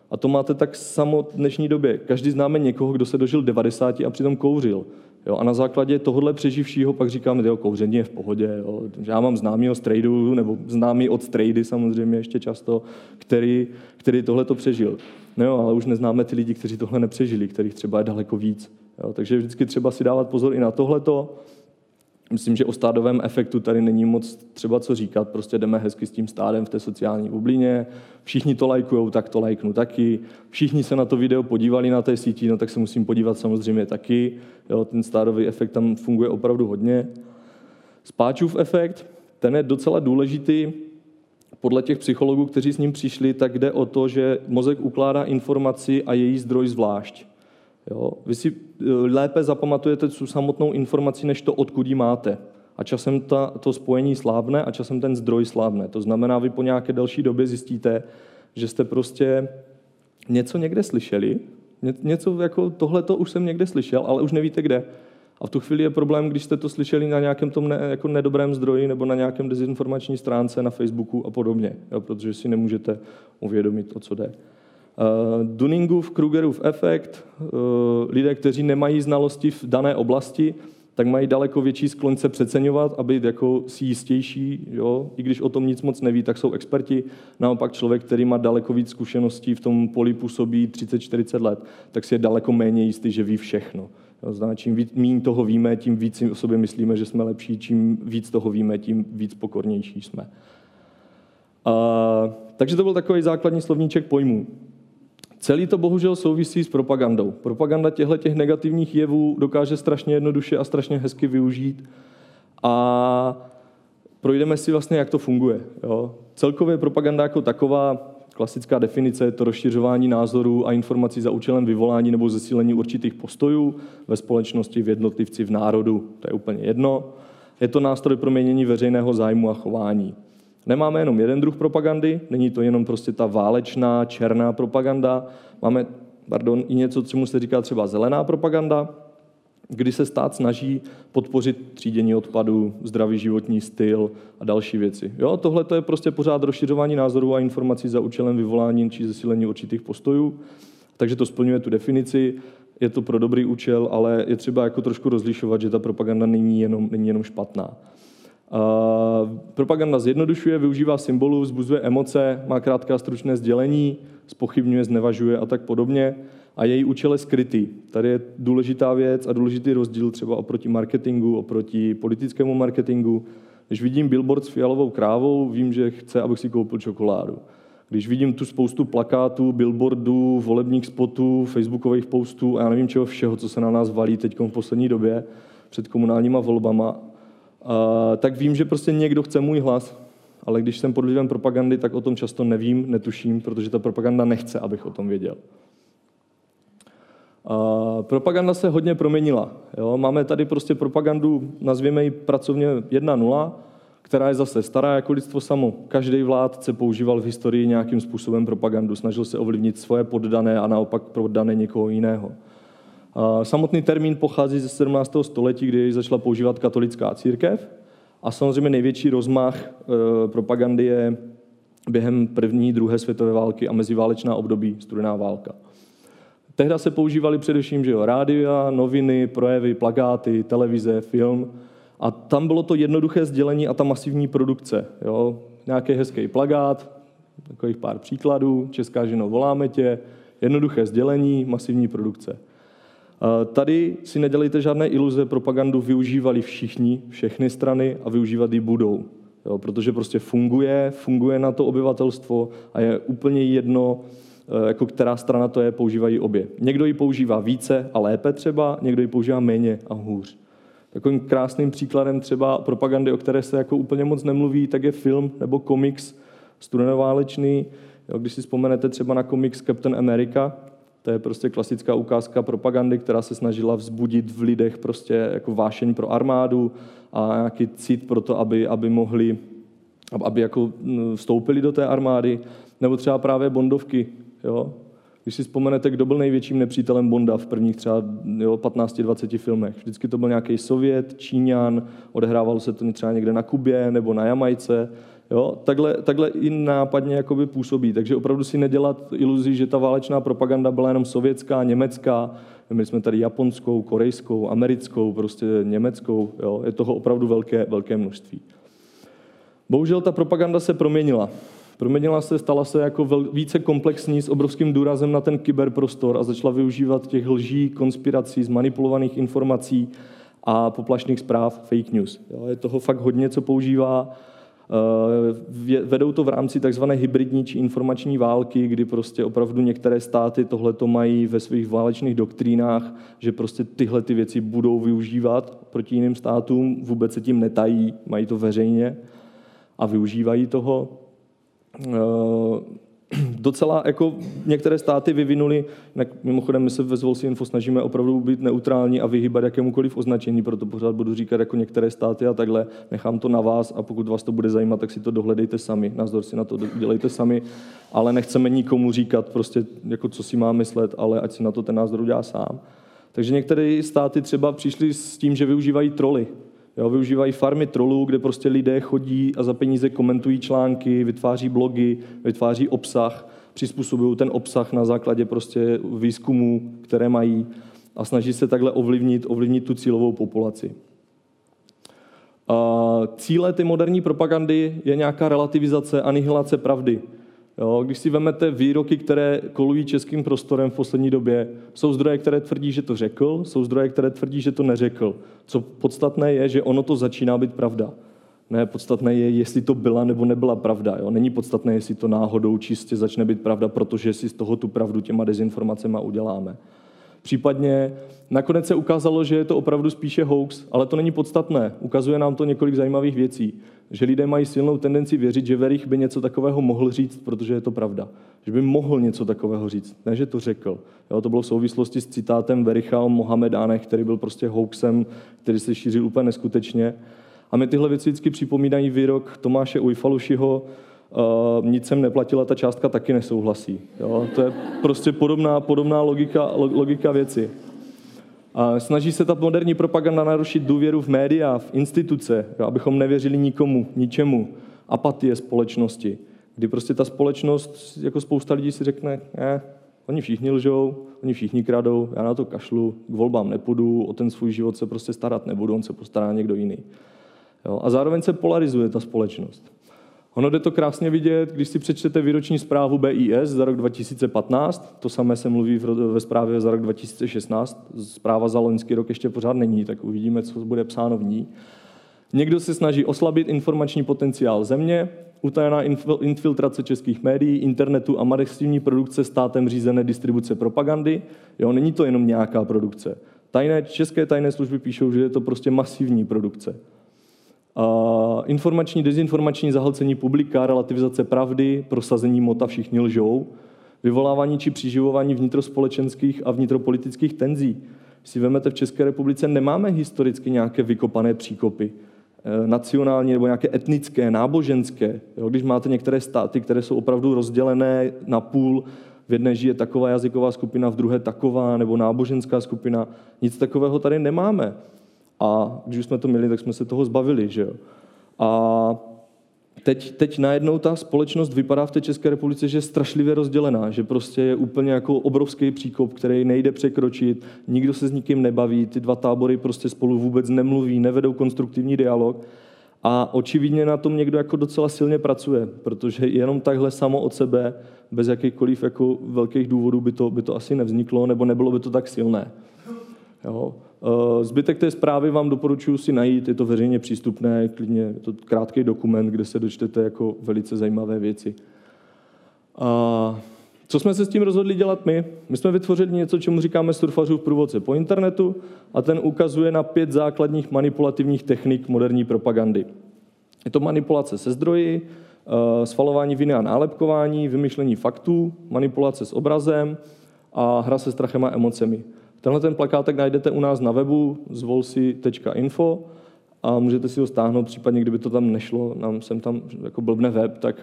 A to máte tak samo v dnešní době. Každý známe někoho, kdo se dožil 90 a přitom kouřil. Jo, a na základě tohohle přeživšího pak říkáme, že kouření je v pohodě. Jo. Já mám známý od strejdu, nebo známý od strejdy samozřejmě ještě často, který tohle to přežil. No jo, ale už neznáme ty lidi, kteří tohle nepřežili, kterých třeba je daleko víc. Jo, takže vždycky třeba si dávat pozor i na tohleto. Myslím, že o stádovém efektu tady není moc třeba co říkat, prostě jdeme hezky s tím stádem v té sociální bublině, všichni to lajkujou, tak to lajknu taky, všichni se na to video podívali na té síti, no tak se musím podívat samozřejmě taky, jo, ten stádový efekt tam funguje opravdu hodně. Spáčův efekt, ten je docela důležitý, podle těch psychologů, kteří s ním přišli, tak jde o to, že mozek ukládá informaci a její zdroj zvlášť. Jo? Vy si lépe zapamatujete tu samotnou informaci, než to, odkud ji máte. A časem to spojení slábne a časem ten zdroj slábne. To znamená, vy po nějaké delší době zjistíte, že jste prostě něco někde slyšeli, něco jako tohleto už jsem někde slyšel, ale už nevíte kde. A v tu chvíli je problém, když jste to slyšeli na nějakém tom jako nedobrém zdroji nebo na nějakém dezinformační stránce na Facebooku a podobně, jo? Protože si nemůžete uvědomit, o co jde. Dunningův, Krugerův efekt, lidé, kteří nemají znalosti v dané oblasti, tak mají daleko větší sklon se přeceňovat a být jako si jistější, jo? I když o tom nic moc neví, tak jsou experti. Naopak člověk, který má daleko víc zkušeností, v tom poli působí 30-40 let, tak si je daleko méně jistý, že ví všechno. Jo? Znamená, čím méně toho víme, tím víc si o sobě myslíme, že jsme lepší, čím víc toho víme, tím víc pokornější jsme. Takže to byl takový základní slovníček pojmů. Celý to bohužel souvisí s propagandou. Propaganda těchto negativních jevů dokáže strašně jednoduše a strašně hezky využít a projdeme si vlastně, jak to funguje. Jo? Celkově propaganda jako taková, klasická definice, je to rozšiřování názorů a informací za účelem vyvolání nebo zesílení určitých postojů ve společnosti, v jednotlivci, v národu. To je úplně jedno. Je to nástroj pro měnění veřejného zájmu a chování. Nemáme jenom jeden druh propagandy, není to jenom prostě ta válečná, černá propaganda. Máme, i něco, čemu se říká třeba zelená propaganda, kdy se stát snaží podpořit třídění odpadů, zdravý životní styl a další věci. Jo, tohle to je prostě pořád rozšiřování názorů a informací za účelem vyvolání či zesílení určitých postojů. Takže to splňuje tu definici, je to pro dobrý účel, ale je třeba jako trošku rozlišovat, že ta propaganda není jenom špatná. Propaganda zjednodušuje, využívá symbolů, vzbuzuje emoce, má krátká stručné sdělení, zpochybňuje, znevažuje a tak podobně. A její účel je skrytý. Tady je důležitá věc a důležitý rozdíl třeba oproti marketingu, oproti politickému marketingu. Když vidím billboard s fialovou krávou, vím, že chce, abych si koupil čokoládu. Když vidím tu spoustu plakátů, billboardů, volebních spotů, facebookových postů a já nevím čeho všeho, co se na nás valí teď v poslední době před komunálníma volbama, tak vím, že prostě někdo chce můj hlas. Ale když jsem pod vlivem propagandy, tak o tom často nevím, netuším, protože ta propaganda nechce, abych o tom věděl. Propaganda se hodně proměnila. Jo? Máme tady prostě propagandu, nazvěme ji pracovně 1.0, která je zase stará jako lidstvo samo. Každý vládce používal v historii nějakým způsobem propagandu, snažil se ovlivnit svoje poddané a naopak poddané někoho jiného. Samotný termín pochází ze 17. století, kdy jej začala používat katolická církev a samozřejmě největší rozmach propagandy je během první, druhé světové války a meziválečná období, studená válka. Tehdy se používaly především rádia, noviny, projevy, plakáty, televize, film a tam bylo to jednoduché sdělení a ta masivní produkce. Jo? Nějaký hezký plakát, takových pár příkladů, česká ženo, voláme tě, jednoduché sdělení, masivní produkce. Tady si nedělejte žádné iluze, propagandu využívali všechny strany a využívat ji budou. Jo, protože prostě funguje na to obyvatelstvo a je úplně jedno, jako která strana to je, používají obě. Někdo ji používá více a lépe třeba, někdo ji používá méně a hůř. Takovým krásným příkladem třeba propagandy, o které se jako úplně moc nemluví, tak je film nebo komiks studenoválečný. Jo, když si vzpomenete třeba na komiks Captain America, to je prostě klasická ukázka propagandy, která se snažila vzbudit v lidech prostě jako vášeň pro armádu a nějaký cit pro to, aby mohli, aby jako vstoupili do té armády, nebo třeba právě Bondovky. Jo? Když si vzpomenete, kdo byl největším nepřítelem Bonda v prvních třeba 15-20 filmech. Vždycky to byl nějaký Sovět, Číňan, odehrávalo se to třeba někde na Kubě nebo na Jamajce. Jo, takhle i nápadně jakoby působí, takže opravdu si nedělat iluzi, že ta válečná propaganda byla jenom sovětská, německá, my jsme tady japonskou, korejskou, americkou, prostě německou, jo, je toho opravdu velké množství. Bohužel ta propaganda se proměnila. Stala se jako více komplexní s obrovským důrazem na ten kyberprostor a začala využívat těch lží, konspirací, zmanipulovaných informací a poplašných zpráv, fake news. Jo, je toho fakt hodně, co používá. Vedou to v rámci takzvané hybridní či informační války, kdy prostě opravdu některé státy tohleto mají ve svých válečných doktrínách, že prostě tyhle ty věci budou využívat proti jiným státům, vůbec se tím netají, mají to veřejně a využívají toho. Docela jako některé státy vyvinuli, mimochodem my se ve Zvolsi Info snažíme opravdu být neutrální a vyhýbat jakémukoliv označení, proto pořád budu říkat jako některé státy a takhle, nechám to na vás a pokud vás to bude zajímat, tak si to dohledejte sami, názor si na to udělejte sami, ale nechceme nikomu říkat prostě, jako co si má myslet, ale ať si na to ten názor udělá sám. Takže některé státy třeba přišly s tím, že využívají troly. Jo, využívají farmy trolů, kde prostě lidé chodí a za peníze komentují články, vytváří blogy, vytváří obsah, přizpůsobují ten obsah na základě prostě výzkumů, které mají a snaží se takhle ovlivnit tu cílovou populaci. Cíle ty moderní propagandy je nějaká relativizace, anihilace pravdy. Jo, když si vezmete výroky, které kolují českým prostorem v poslední době, jsou zdroje, které tvrdí, že to řekl, jsou zdroje, které tvrdí, že to neřekl. Co podstatné je, že ono to začíná být pravda. Ne, podstatné je, jestli to byla nebo nebyla pravda. Jo. Není podstatné, jestli to náhodou čistě začne být pravda, protože si z toho tu pravdu těma dezinformacemi uděláme. Případně nakonec se ukázalo, že je to opravdu spíše hoax, ale to není podstatné. Ukazuje nám to několik zajímavých věcí. Že lidé mají silnou tendenci věřit, že Werich by něco takového mohl říct, protože je to pravda. Že by mohl něco takového říct, ne, že to řekl. Jo, to bylo v souvislosti s citátem Wericha o Mohamedánech, který byl prostě hoaxem, který se šířil úplně neskutečně. A mě tyhle věci vždycky připomínají výrok Tomáše Ujfalušiho, nic jsem neplatila, ta částka taky nesouhlasí. Jo, to je prostě podobná logika věci. A snaží se ta moderní propaganda narušit důvěru v média, v instituce, jo, abychom nevěřili nikomu, ničemu. Apatie společnosti, kdy prostě ta společnost, jako spousta lidí si řekne, oni všichni lžou, oni všichni kradou, já na to kašlu, k volbám nepůjdu, o ten svůj život se prostě starat nebudu, on se postará někdo jiný. Jo, a zároveň se polarizuje ta společnost. Ono jde to krásně vidět, když si přečtete výroční zprávu BIS za rok 2015, to samé se mluví ve zprávě za rok 2016, zpráva za loňský rok ještě pořád není, tak uvidíme, co bude psáno v ní. Někdo se snaží oslabit informační potenciál země, utajená infiltrace českých médií, internetu a masivní produkce státem řízené distribuce propagandy. Jo, není to jenom nějaká produkce. České tajné služby píšou, že je to prostě masivní produkce. Informační, dezinformační zahlcení publika, relativizace pravdy, prosazení mota všichni lžou, vyvolávání či přiživování vnitrospolečenských a vnitropolitických tenzí. Si vezmete, v České republice nemáme historicky nějaké vykopané příkopy, nacionální nebo nějaké etnické, náboženské. Jo, když máte některé státy, které jsou opravdu rozdělené na půl, v jedné žije taková jazyková skupina, v druhé taková, nebo náboženská skupina, nic takového tady nemáme. A když už jsme to měli, tak jsme se toho zbavili, že jo. A teď najednou ta společnost vypadá v té České republice, že je strašlivě rozdělená, že prostě je úplně jako obrovský příkop, který nejde překročit, nikdo se s nikým nebaví, ty dva tábory prostě spolu vůbec nemluví, nevedou konstruktivní dialog. A očividně na tom někdo jako docela silně pracuje, protože jenom takhle samo od sebe, bez jakýchkoliv jako velkých důvodů by to asi nevzniklo, nebo nebylo by to tak silné. Jo. Zbytek té zprávy vám doporučuji si najít, je to veřejně přístupné, klidně je to krátký dokument, kde se dočtete jako velice zajímavé věci. Co jsme se s tím rozhodli dělat my? My jsme vytvořili něco, čemu říkáme surfařův průvodce po internetu a ten ukazuje na 5 základních manipulativních technik moderní propagandy. Je to manipulace se zdroji, svalování viny a nálepkování, vymýšlení faktů, manipulace s obrazem a hra se strachem a emocemi. Tenhle ten plakátek najdete u nás na webu zvolsi.info a můžete si ho stáhnout, případně kdyby to tam nešlo, nám sem tam jako blbne web, tak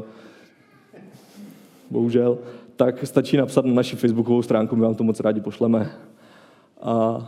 bohužel, tak stačí napsat na naši facebookovou stránku, my vám to moc rádi pošleme. A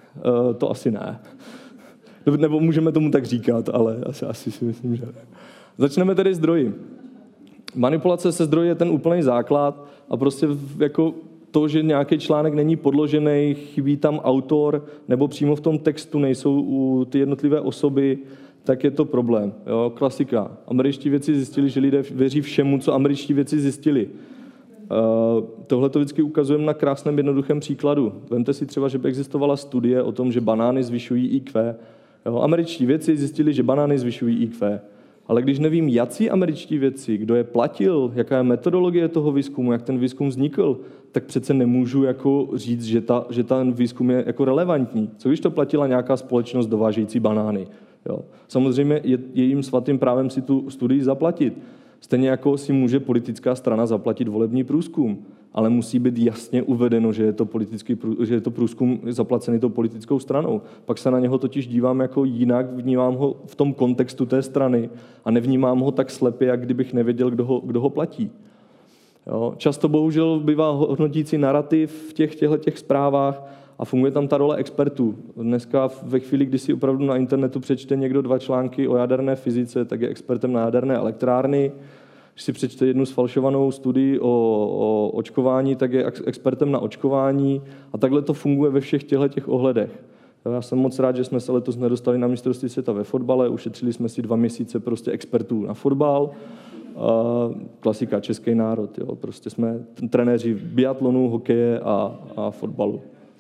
to asi ne. Nebo můžeme tomu tak říkat, ale asi si myslím, že ne. Začneme tedy zdroji. Manipulace se zdroji je ten úplný základ a prostě jako to, že nějaký článek není podložený, chybí tam autor, nebo přímo v tom textu nejsou ty jednotlivé osoby, tak je to problém. Jo? Klasika. Američtí vědci zjistili, že lidé věří všemu, co američtí vědci zjistili. Tohle to vždycky ukazujeme na krásném jednoduchém příkladu. Vemte si třeba, že by existovala studie o tom, že banány zvyšují IQ. Jo? Američtí vědci zjistili, že banány zvyšují IQ. Ale když nevím, jací američtí vědci, kdo je platil, jaká je metodologie toho výzkumu, jak ten výzkum vznikl, tak přece nemůžu jako říct, že ten výzkum je jako relevantní. Co když to platila nějaká společnost dovážející banány? Jo. Samozřejmě je jejím svatým právem si tu studii zaplatit. Stejně jako si může politická strana zaplatit volební průzkum, ale musí být jasně uvedeno, že je to průzkum zaplacený tou politickou stranou. Pak se na něho totiž dívám jako jinak, vnímám ho v tom kontextu té strany a nevnímám ho tak slepě, jak kdybych nevěděl, kdo ho platí. Jo. Často bohužel bývá hodnotící narrativ v těchto zprávách a funguje tam ta role expertů. Dneska ve chvíli, kdy si opravdu na internetu přečte někdo 2 články o jaderné fyzice, tak je expertem na jaderné elektrárny. Když si přečte jednu sfalšovanou studii o očkování, tak je expertem na očkování. A takhle to funguje ve všech těchto ohledech. Já jsem moc rád, že jsme se letos nedostali na mistrovství světa ve fotbale. Ušetřili jsme si 2 měsíce prostě expertů na fotbal. Klasika, český národ. Jo. Prostě jsme trenéři biatlonu, hokeje a fotbalu.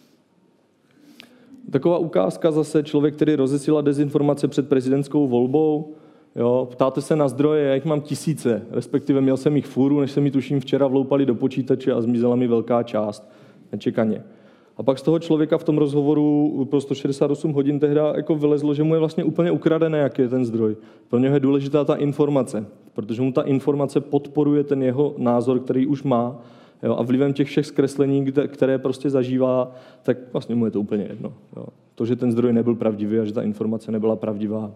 Taková ukázka zase člověk, který rozesílá dezinformace před prezidentskou volbou. Jo, ptáte se na zdroje, já jich mám tisíce, respektive měl jsem jich fůru, než se mi tuším včera vloupali do počítače a zmizela mi velká část, nečekaně. A pak z toho člověka v tom rozhovoru pro 168 hodin tehda jako vylezlo, že mu je vlastně úplně ukradené, jaký je ten zdroj. Pro něho je důležitá ta informace, protože mu ta informace podporuje ten jeho názor, který už má. Jo, a vlivem těch všech zkreslení, které prostě zažívá, tak vlastně mu je to úplně jedno. Jo. To, že ten zdroj nebyl pravdivý a že ta informace nebyla pravdivá.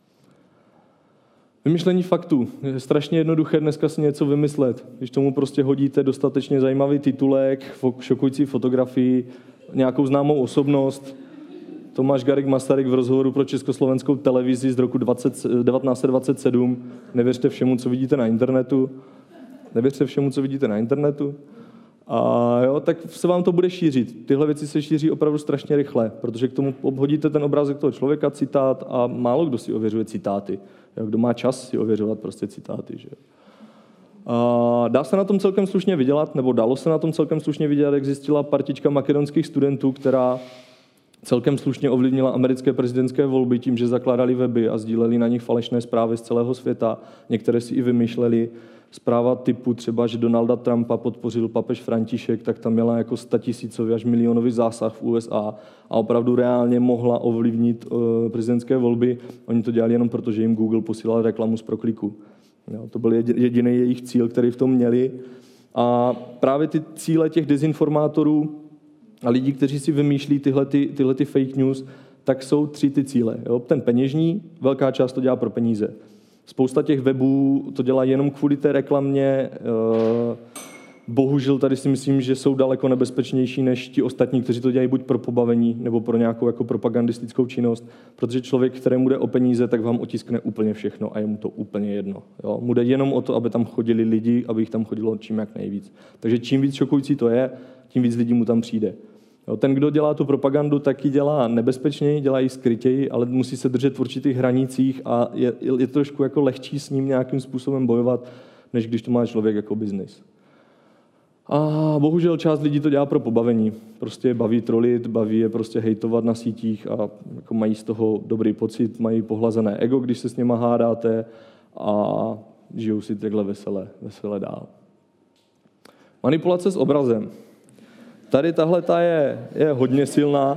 Vymyšlení faktů. Je strašně jednoduché dneska si něco vymyslet. Když tomu prostě hodíte dostatečně zajímavý titulek, šokující fotografii, nějakou známou osobnost. Tomáš Garrigue Masaryk v rozhovoru pro československou televizi z roku 1927. Nevěřte všemu, co vidíte na internetu. Nevěřte všemu, co vidíte na internetu. A jo, tak se vám to bude šířit. Tyhle věci se šíří opravdu strašně rychle, protože k tomu obhodíte ten obrázek toho člověka, citát, a málo kdo si ověřuje citáty. Jo, kdo má čas si ověřovat prostě citáty. Že? A dá se na tom celkem slušně vydělat, nebo dalo se na tom celkem slušně vydělat, jak zjistila partička makedonských studentů, která celkem slušně ovlivnila americké prezidentské volby tím, že zakládali weby a sdíleli na nich falešné zprávy z celého světa. Některé si i vymýšleli. Zpráva typu třeba, že Donalda Trumpa podpořil papež František, tak tam měla jako 100 000 až milionový zásah v USA a opravdu reálně mohla ovlivnit prezidentské volby. Oni to dělali jenom proto, že jim Google posílal reklamu z prokliku. Jo, to byl jediný jejich cíl, který v tom měli. A právě ty cíle těch dezinformátorů a lidí, kteří si vymýšlí tyhle fake news, tak jsou 3 ty cíle. Jo? Ten peněžní, velká část to dělá pro peníze. Spousta těch webů to dělá jenom kvůli té reklamě. Bohužel tady si myslím, že jsou daleko nebezpečnější než ti ostatní, kteří to dělají buď pro pobavení nebo pro nějakou jako propagandistickou činnost, protože člověk, kterému jde o peníze, tak vám otiskne úplně všechno a je mu to úplně jedno. Jo? Mu jde jenom o to, aby tam chodili lidi, aby jich tam chodilo čím jak nejvíc. Takže čím víc šokující to je, tím víc lidí mu tam přijde. Jo? Ten, kdo dělá tu propagandu, tak ji dělá nebezpečněji, dělá ji skrytěji, ale musí se držet v určitých hranicích a je trošku jako lehčí s ním nějakým způsobem bojovat, než když to má člověk jako biznis. A bohužel část lidí to dělá pro pobavení. Prostě je baví trolit, baví je prostě hejtovat na sítích a jako mají z toho dobrý pocit, mají pohlazené ego, když se s nima hádáte a žijou si takhle vesele dál. Manipulace s obrazem. Tady tahleta je hodně silná.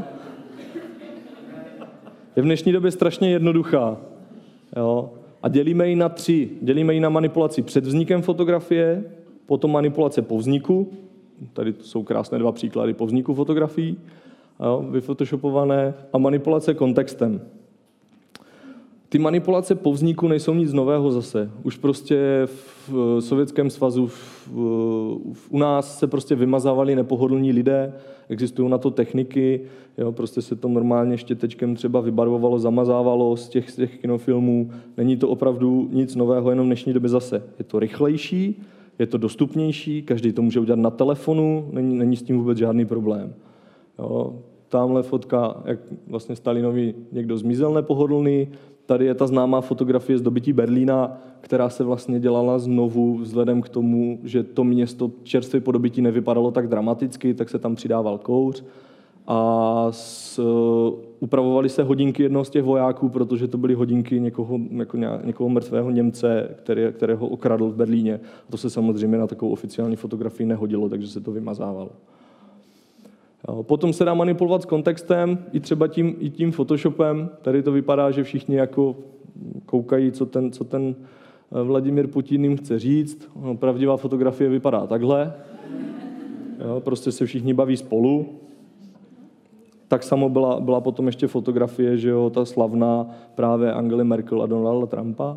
Je v dnešní době strašně jednoduchá. Jo? A dělíme ji na 3. Dělíme ji na manipulaci před vznikem fotografie, potom manipulace po vzniku. Tady jsou krásné 2 příklady po vzniku fotografií, vyfotoshopované, a manipulace kontextem. Ty manipulace po vzniku nejsou nic nového zase. Už prostě v Sovětském svazu, u nás se prostě vymazávali nepohodlní lidé, existují na to techniky, jo, prostě se to normálně štětečkem třeba vybarvovalo, zamazávalo z těch kinofilmů. Není to opravdu nic nového, jenom v dnešní době zase. Je to rychlejší, je to dostupnější, každý to může udělat na telefonu, není s tím vůbec žádný problém. Jo. Támhle fotka, jak vlastně Stalinovi někdo zmizel nepohodlný. Tady je ta známá fotografie z dobytí Berlína, která se vlastně dělala znovu vzhledem k tomu, že to město čerstvě po dobytí nevypadalo tak dramaticky, tak se tam přidával kouř. A upravovaly se hodinky jednoho z těch vojáků, protože to byly hodinky někoho mrtvého Němce, kterého okradl v Berlíně. A to se samozřejmě na takovou oficiální fotografii nehodilo, takže se to vymazávalo. Potom se dá manipulovat s kontextem, i třeba tím Photoshopem. Tady to vypadá, že všichni jako koukají, co ten Vladimír Putin jim chce říct. Pravdivá fotografie vypadá takhle. Jo, prostě se všichni baví spolu. Tak samo byla potom ještě fotografie, že jo, ta slavná právě Angely Merkel a Donalda Trumpa.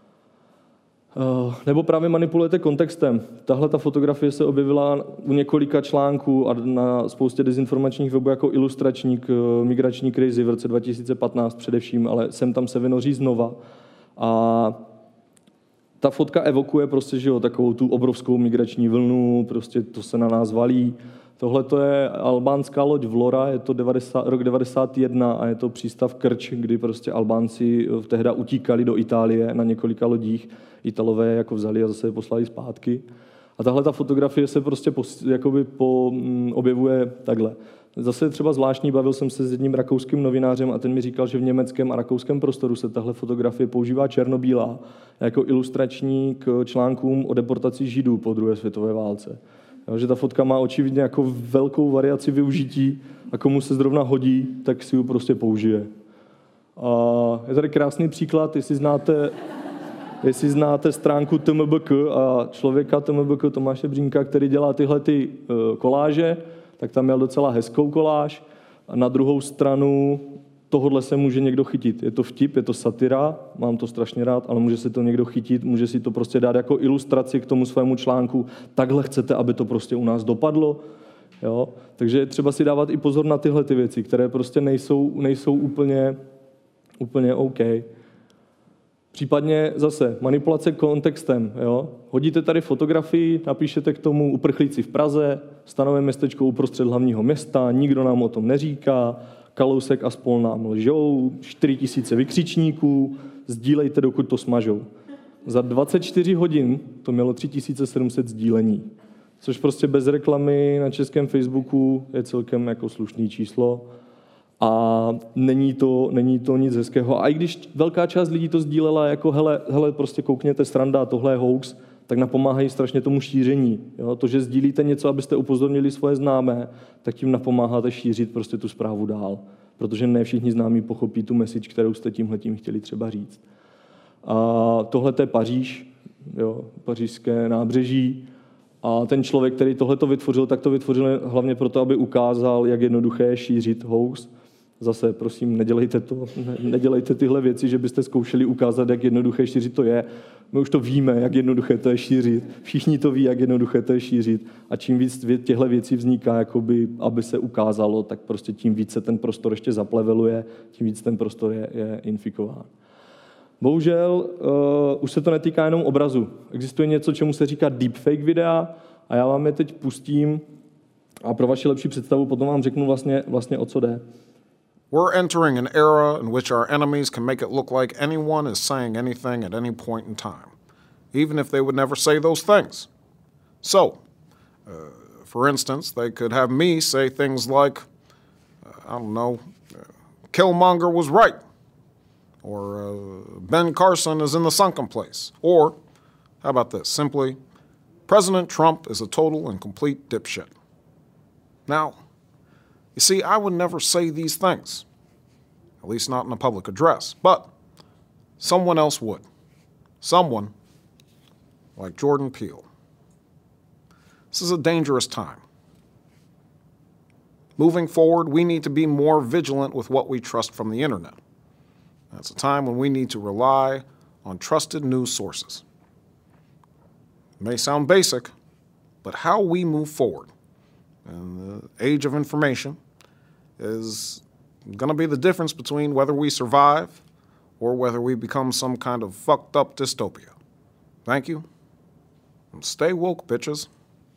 Nebo právě manipulujete kontextem. Tahle ta fotografie se objevila u několika článků a na spoustě dezinformačních webů jako ilustrační k migrační krizi v roce 2015 především, ale sem tam se vynoří znova. A ta fotka evokuje prostě, že jo, takovou tu obrovskou migrační vlnu, prostě to se na nás valí. Tohle to je albánská loď Vlora, je to rok 91 a je to přístav Krč, kdy prostě Albánci tehda utíkali do Itálie na několika lodích. Italové jako vzali a zase je poslali zpátky. A tahle ta fotografie se prostě objevuje takhle. Zase je třeba zvláštní, bavil jsem se s jedním rakouským novinářem a ten mi říkal, že v německém a rakouském prostoru se tahle fotografie používá černobílá jako ilustrační k článkům o deportaci Židů po druhé světové válce. Že ta fotka má očividně jako velkou variaci využití a komu se zrovna hodí, tak si ji prostě použije. A je tady krásný příklad, jestli znáte stránku TMBK a člověka TMBK Tomáše Břínka, který dělá tyhle ty koláže, tak tam měl docela hezkou koláž a na druhou stranu tohodle se může někdo chytit. Je to vtip, je to satira, mám to strašně rád, ale může si to někdo chytit, může si to prostě dát jako ilustraci k tomu svému článku. Takhle chcete, aby to prostě u nás dopadlo. Jo? Takže třeba si dávat i pozor na tyhle ty věci, které prostě nejsou úplně OK. Případně zase manipulace kontextem. Jo? Hodíte tady fotografii, napíšete k tomu uprchlíci v Praze, stanové městečko uprostřed hlavního města, nikdo nám o tom neříká, Kalousek a spol nám lžou, 4000 vykřičníků, sdílejte, dokud to smažou. Za 24 hodin to mělo 3700 sdílení, což prostě bez reklamy na českém Facebooku je celkem jako slušný číslo a není to nic hezkého. A i když velká část lidí to sdílela jako hele prostě koukněte, sranda, tohle je hoax, tak napomáhají strašně tomu šíření. Jo? To, že sdílíte něco, abyste upozornili svoje známé, tak tím napomáháte šířit prostě tu zprávu dál. Protože ne všichni známí pochopí tu message, kterou jste tímhletím chtěli třeba říct. A tohle je Paříž, jo? Pařížské nábřeží. A ten člověk, který tohleto vytvořil, tak to vytvořil hlavně proto, aby ukázal, jak jednoduché je šířit hoax. Zase, prosím, nedělejte tyhle věci, že byste zkoušeli ukázat, jak jednoduché šířit to je. My už to víme, jak jednoduché to je šířit. Všichni to ví, jak jednoduché to je šířit. A čím víc těchto věcí vzniká, jakoby, aby se ukázalo, tak prostě tím víc se ten prostor ještě zapleveluje, tím víc ten prostor je infikován. Bohužel už se to netýká jenom obrazu. Existuje něco, čemu se říká deepfake videa a já vám je teď pustím a pro vaši lepší představu potom vám řeknu vlastně o co jde. We're entering an era in which our enemies can make it look like anyone is saying anything at any point in time, even if they would never say those things. So, for instance, they could have me say things like, Killmonger was right, or Ben Carson is in the sunken place, or, how about this, simply, President Trump is a total and complete dipshit. Now, you see, I would never say these things, at least not in a public address, but someone else would. Someone like Jordan Peele. This is a dangerous time. Moving forward, we need to be more vigilant with what we trust from the internet. It's a time when we need to rely on trusted news sources. It may sound basic, but how we move forward in the age of information is going to be the difference between whether we survive or whether we become some kind of fucked up dystopia. Thank you. And stay woke, bitches.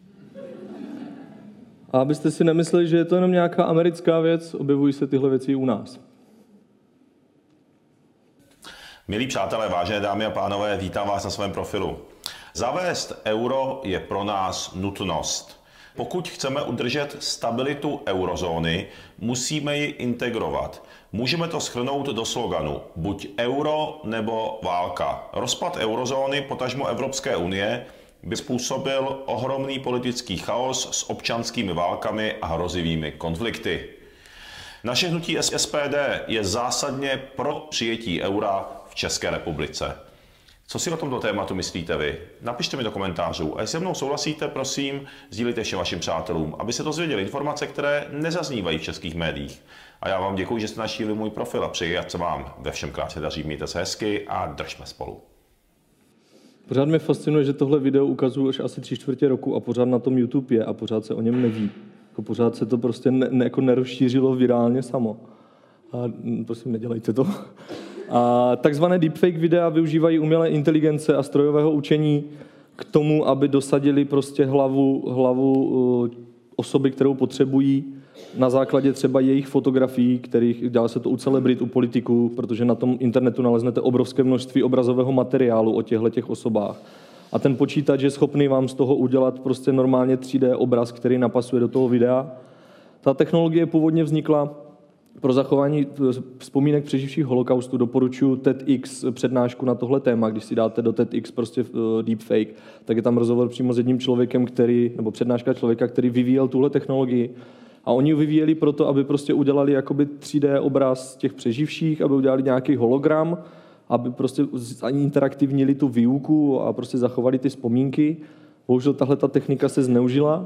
A abyste si nemysleli, že je to jenom nějaká americká věc, objevují se tyhle věci i u nás. Milí přátelé, vážené dámy a pánové, vítám vás na svém profilu. Zavést euro je pro nás nutnost. Pokud chceme udržet stabilitu eurozóny, musíme ji integrovat. Můžeme to shrnout do sloganu buď euro nebo válka. Rozpad eurozóny, potažmo Evropské unie, by způsobil ohromný politický chaos s občanskými válkami a hrozivými konflikty. Naše hnutí SPD je zásadně pro přijetí eura v České republice. Co si o tomto tématu myslíte vy? Napište mi do komentářů a jestli se mnou souhlasíte, prosím, sdílejte všem vašim přátelům, aby se dozvěděli informace, které nezaznívají v českých médiích. A já vám děkuji, že jste navštívili můj profil a přeji, ať se vám ve všem krásně daří, mějte se hezky a držme spolu. Pořád mě fascinuje, že tohle video ukazuju už asi 3/4 roku a pořád na tom YouTube je a pořád se o něm neví. Jako pořád se to prostě jako nerozšířilo virálně samo. A prosím, nedělejte to. A takzvané deepfake videa využívají umělé inteligence a strojového učení k tomu, aby dosadili prostě hlavu osoby, kterou potřebují, na základě třeba jejich fotografií, kterých dělá se to u celebrit, u politiků, protože na tom internetu naleznete obrovské množství obrazového materiálu o těchto osobách. A ten počítač je schopný vám z toho udělat prostě normálně 3D obraz, který napasuje do toho videa. Ta technologie původně vznikla pro zachování vzpomínek přeživších holokaustu. Doporučuji TEDx přednášku na tohle téma. Když si dáte do TEDx prostě deepfake, tak je tam rozhovor přímo s jedním člověkem, nebo přednáška člověka, který vyvíjel tuhle technologii. A oni vyvíjeli proto, aby prostě udělali jakoby 3D obraz těch přeživších, aby udělali nějaký hologram, aby prostě interaktivnili tu výuku a prostě zachovali ty vzpomínky. Bohužel tahle ta technika se zneužila.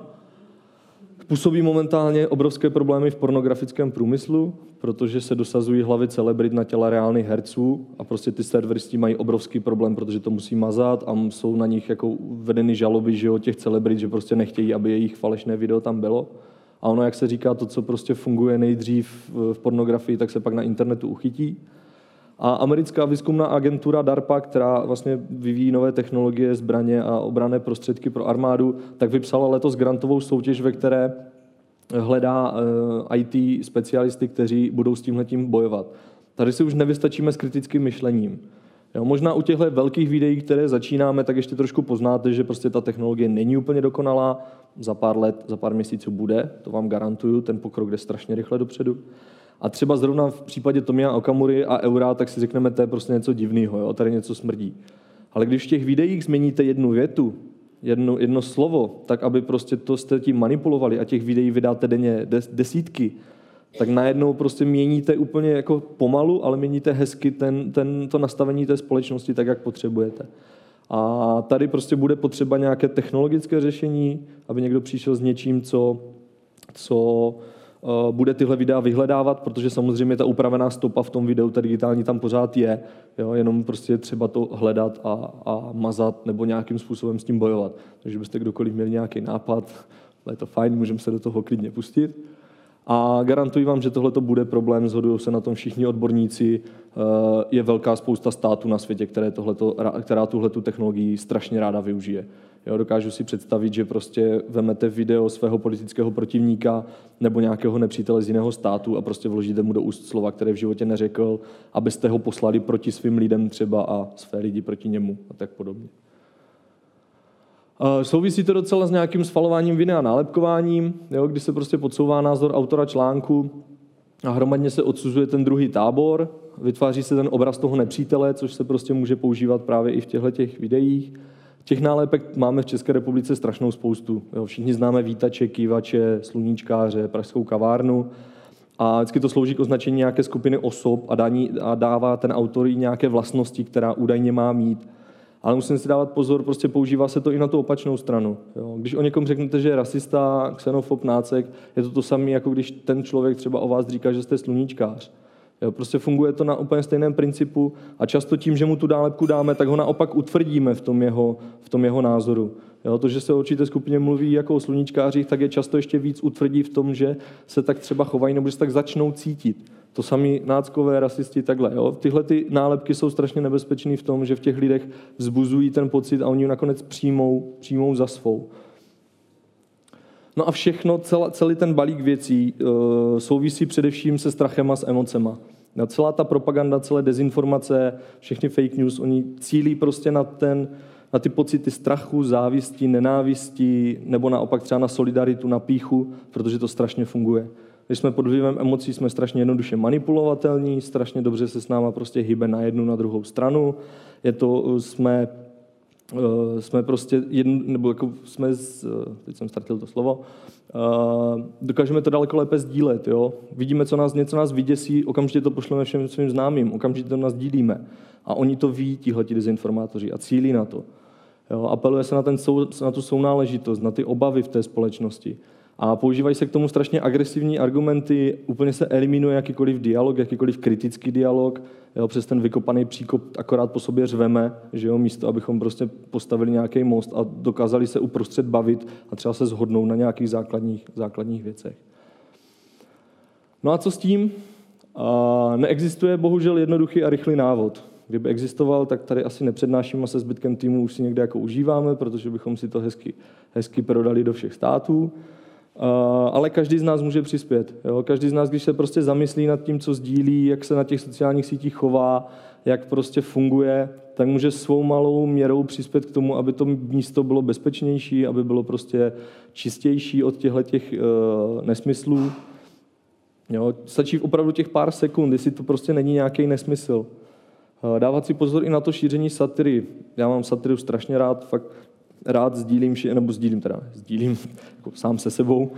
Působí momentálně obrovské problémy v pornografickém průmyslu, protože se dosazují hlavy celebrit na těla reálných herců a prostě ty servery s tím mají obrovský problém, protože to musí mazat a jsou na nich jako vedeny žaloby, že těch celebrit, že prostě nechtějí, aby jejich falešné video tam bylo. A ono, jak se říká, to, co prostě funguje nejdřív v pornografii, tak se pak na internetu uchytí. A americká výzkumná agentura DARPA, která vlastně vyvíjí nové technologie, zbraně a obranné prostředky pro armádu, tak vypsala letos grantovou soutěž, ve které hledá IT specialisty, kteří budou s tímhletím bojovat. Tady si už nevystačíme s kritickým myšlením. Jo, možná u těchto velkých videí, které začínáme, tak ještě trošku poznáte, že prostě ta technologie není úplně dokonalá. Za pár let, za pár měsíců bude, to vám garantuju, ten pokrok jde strašně rychle dopředu. A třeba zrovna v případě Tomia Okamury a eura, tak si řekneme, to je prostě něco divného, jo? Tady něco smrdí. Ale když v těch videích změníte jednu větu, jedno slovo, tak aby prostě to jste tím manipulovali a těch videí vydáte denně desítky, tak najednou prostě měníte úplně jako pomalu, ale měníte hezky to nastavení té společnosti tak, jak potřebujete. A tady prostě bude potřeba nějaké technologické řešení, aby někdo přišel s něčím, co bude tyhle videa vyhledávat, protože samozřejmě ta upravená stopa v tom videu, ta digitální tam pořád je, jo, jenom prostě třeba to hledat a mazat nebo nějakým způsobem s tím bojovat. Takže byste kdokoliv měli nějaký nápad, je to fajn, můžeme se do toho klidně pustit. A garantuji vám, že tohle bude problém, shodují se na tom všichni odborníci. Je velká spousta států na světě, která tuhletu technologii strašně ráda využije. Jo, dokážu si představit, že prostě vemete video svého politického protivníka nebo nějakého nepřítele z jiného státu a prostě vložíte mu do úst slova, které v životě neřekl, abyste ho poslali proti svým lidem třeba a své lidi proti němu a tak podobně. Souvisí to docela s nějakým sfalováním viny a nálepkováním, jo, kdy se prostě podsouvá názor autora článku a hromadně se odsuzuje ten druhý tábor, vytváří se ten obraz toho nepřítele, což se prostě může používat právě i v těchto videích. Těch nálepek máme v České republice strašnou spoustu. Jo, všichni známe vítače, kývače, sluníčkáře, pražskou kavárnu a vždycky to slouží k označení nějaké skupiny osob a dává ten autor i nějaké vlastnosti, která údajně má mít. Ale musím si dávat pozor, prostě používá se to i na tu opačnou stranu. Jo. Když o někom řeknete, že je rasista, xenofob, nácek, je to samé, jako když ten člověk třeba o vás říká, že jste sluníčkář. Jo, prostě funguje to na úplně stejném principu a často tím, že mu tu nálepku dáme, tak ho naopak utvrdíme v tom jeho názoru. Jo, to, že se o určité skupině mluví jako o sluníčkářích, tak je často ještě víc utvrdí v tom, že se tak třeba chovají nebo že se tak začnou cítit. To samý náckové, rasisti, takhle. Jo. Tyhle ty nálepky jsou strašně nebezpečný v tom, že v těch lidech vzbuzují ten pocit a oni ji nakonec přijmou za svou. No a všechno, celý ten balík věcí souvisí především se strachem a s emocema. No, celá ta propaganda, celé dezinformace, všechny fake news, oni cílí prostě na ty pocity strachu, závisti, nenávisti, nebo naopak třeba na solidaritu, na pýchu, protože to strašně funguje. Když jsme pod vlivem emocí, jsme strašně jednoduše manipulovatelní, strašně dobře se s náma prostě hýbe na jednu, na druhou stranu. Jsme prostě teď jsem ztratil to slovo, dokážeme to daleko lépe sdílet, jo? Vidíme, něco nás vyděsí, okamžitě to pošleme všem svým známým, okamžitě to nasdílíme. A oni to ví, tihleti dezinformátoři, a cílí na to. Jo? Apeluje se na tu sounáležitost, na ty obavy v té společnosti. A používají se k tomu strašně agresivní argumenty, úplně se eliminuje jakýkoliv dialog, jakýkoliv kritický dialog, jo, přes ten vykopaný příkop akorát po sobě řveme, že jo, místo abychom prostě postavili nějaký most a dokázali se uprostřed bavit a třeba se shodnout na nějakých základních věcech. No a co s tím? Neexistuje bohužel jednoduchý a rychlý návod. Kdyby existoval, tak tady asi nepřednáším a se zbytkem týmu už si někde jako užíváme, protože bychom si to hezky prodali do všech států. Ale každý z nás může přispět. Jo? Každý z nás, když se prostě zamyslí nad tím, co sdílí, jak se na těch sociálních sítích chová, jak prostě funguje, tak může svou malou měrou přispět k tomu, aby to místo bylo bezpečnější, aby bylo prostě čistější od těchto nesmyslů. Jo? Stačí opravdu těch pár sekund, jestli to prostě není nějaký nesmysl. Dávat si pozor i na to šíření satiry. Já mám satiru strašně rád, fakt rád sdílím jako sám se sebou,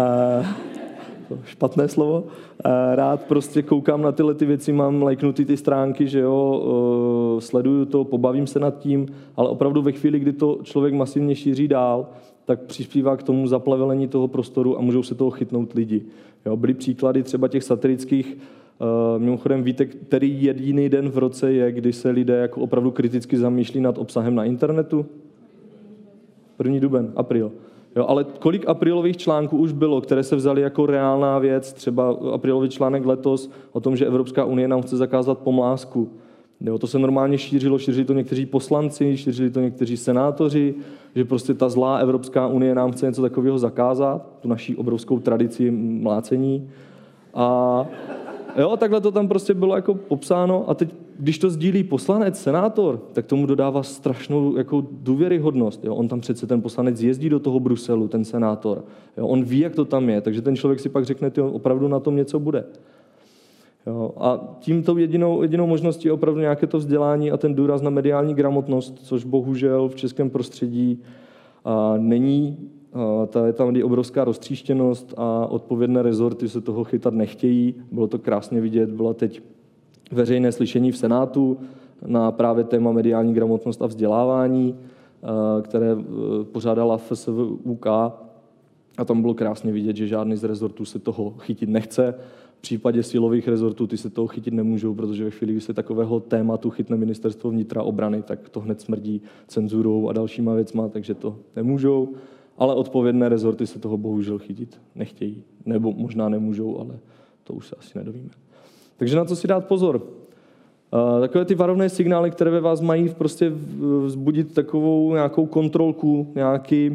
špatné slovo, rád prostě koukám na tyhle ty věci, mám lajknutý ty stránky, že jo, sleduju to, pobavím se nad tím, ale opravdu ve chvíli, kdy to člověk masivně šíří dál, tak přispívá k tomu zaplevelení toho prostoru a můžou se toho chytnout lidi. Jo, byly příklady třeba těch satirických, mimochodem víte, který jediný den v roce je, kdy se lidé jako opravdu kriticky zamýšlí nad obsahem na internetu? 1. duben, apríl. Jo, ale kolik aprílových článků už bylo, které se vzaly jako reálná věc, třeba aprílový článek letos o tom, že Evropská unie nám chce zakázat pomlásku. Jo, to se normálně šířili to někteří poslanci, šířili to někteří senátoři, že prostě ta zlá Evropská unie nám chce něco takového zakázat, tu naší obrovskou tradici mlácení. A jo, takhle to tam prostě bylo jako popsáno a teď, když to sdílí poslanec, senátor, tak tomu dodává strašnou jako důvěryhodnost. Jo. On tam přece ten poslanec jezdí do toho Bruselu, ten senátor. Jo. On ví, jak to tam je, takže ten člověk si pak řekne, že opravdu na tom něco bude. Jo. A tímto jedinou možností je opravdu nějaké to vzdělání a ten důraz na mediální gramotnost, což bohužel v českém prostředí není. Je tam obrovská roztříštěnost a odpovědné rezorty se toho chytat nechtějí. Bylo to krásně vidět, bylo teď veřejné slyšení v Senátu na právě téma mediální gramotnost a vzdělávání, které pořádala FSVUK a tam bylo krásně vidět, že žádný z rezortů se toho chytit nechce. V případě silových rezortů ty se toho chytit nemůžou, protože ve chvíli, kdy se takového tématu chytne ministerstvo vnitra obrany, tak to hned smrdí cenzurou a dalšíma věcma, takže to nemůžou. Ale odpovědné rezorty se toho bohužel chytit nechtějí. Nebo možná nemůžou, ale to už se asi nedovíme. Takže na co si dát pozor? Takové ty varovné signály, které ve vás mají prostě vzbudit takovou nějakou kontrolku, nějaký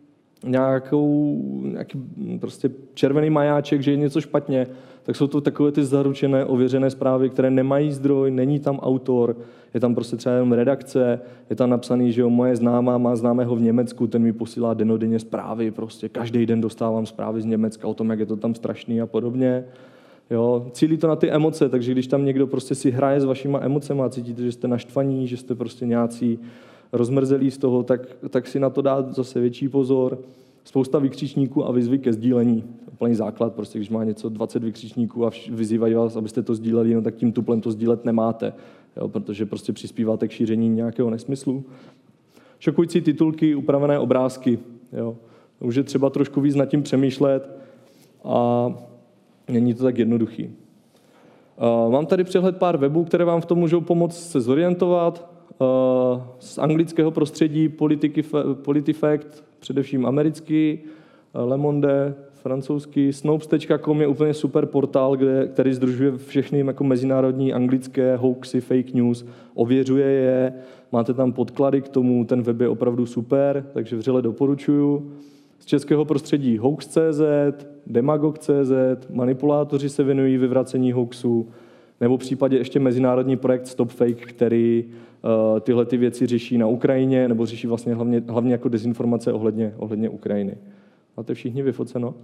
prostě červený majáček, že je něco špatně, tak jsou to takové ty zaručené, ověřené zprávy, které nemají zdroj, není tam autor, je tam prostě třeba jenom redakce, je tam napsaný, že jo, moje známá má známého v Německu, ten mi posílá dennodenně zprávy, prostě každý den dostávám zprávy z Německa o tom, jak je to tam strašný a podobně. Jo, cílí to na ty emoce, takže když tam někdo prostě si hraje s vašima emocema a cítíte, že jste naštvaní, že jste prostě nějací rozmrzelí z toho, tak si na to dát zase větší pozor. Spousta vykřičníků a výzvy ke sdílení. Úplný základ, prostě když má něco 20 vykřičníků a vyzývají vás, abyste to sdíleli, no tak tím tuplem to sdílet nemáte, jo, protože prostě přispíváte k šíření nějakého nesmyslu. Šokující titulky, upravené obrázky. Jo. Už je třeba trošku víc nad tím přemýšlet a není to tak jednoduchý. Mám tady přehled pár webů, které vám v tom můžou pomoct se zorientovat. Z anglického prostředí PolitiFact, především americký, Le Monde, francouzský, Snopes.com je úplně super portál, který sdružuje všechny jako mezinárodní anglické hoaxy, fake news, ověřuje je, máte tam podklady k tomu, ten web je opravdu super, takže vřele doporučuju. Z českého prostředí Hoax.cz, Demagog.cz, manipulátoři se věnují vyvracení hoaxů, nebo v případě ještě mezinárodní projekt Stop Fake, který tyhle ty věci řeší na Ukrajině, nebo řeší vlastně hlavně jako dezinformace ohledně Ukrajiny. Máte všichni vyfoceno?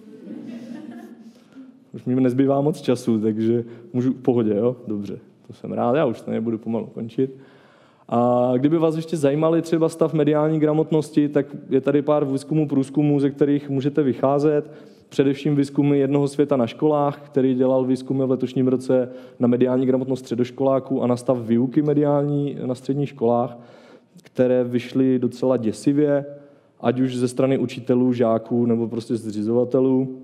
Už mi nezbývá moc času, takže můžu v pohodě, jo? Dobře, to jsem rád, já už to nebudu pomalu končit. A kdyby vás ještě zajímali třeba stav mediální gramotnosti, tak je tady pár průzkumů, ze kterých můžete vycházet. Především výzkumy Jednoho světa na školách, který dělal výzkumy v letošním roce na mediální gramotnost středoškoláků a na stav výuky mediální na středních školách, které vyšly docela děsivě, ať už ze strany učitelů, žáků nebo prostě zřizovatelů.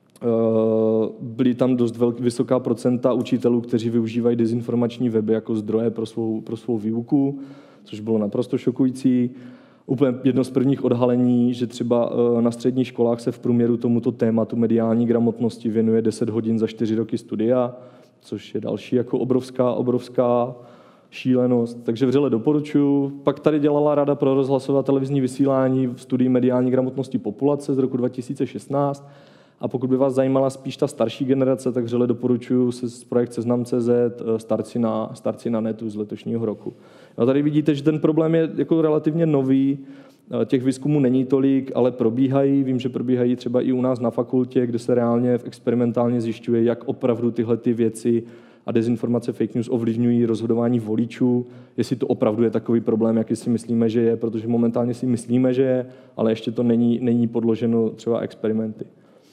Byly tam dost vysoká procenta učitelů, kteří využívají dezinformační weby jako zdroje pro svou výuku, což bylo naprosto šokující. Úplně jedno z prvních odhalení, že třeba na středních školách se v průměru tomuto tématu mediální gramotnosti věnuje 10 hodin za 4 roky studia, což je další jako obrovská šílenost. Takže vřele doporučuji. Pak tady dělala Rada pro rozhlasové a televizní vysílání v studii mediální gramotnosti populace z roku 2016. A pokud by vás zajímala spíš ta starší generace, tak vřele doporučuji projekt Seznam.cz, starci na netu z letošního roku. No tady vidíte, že ten problém je jako relativně nový, těch výzkumů není tolik, ale probíhají. Vím, že probíhají třeba i u nás na fakultě, kde se reálně experimentálně zjišťuje, jak opravdu tyhle ty věci a dezinformace, fake news ovlivňují rozhodování voličů, jestli to opravdu je takový problém, jaký si myslíme, že je, protože momentálně si myslíme, že je, ale ještě to není podloženo třeba experimenty.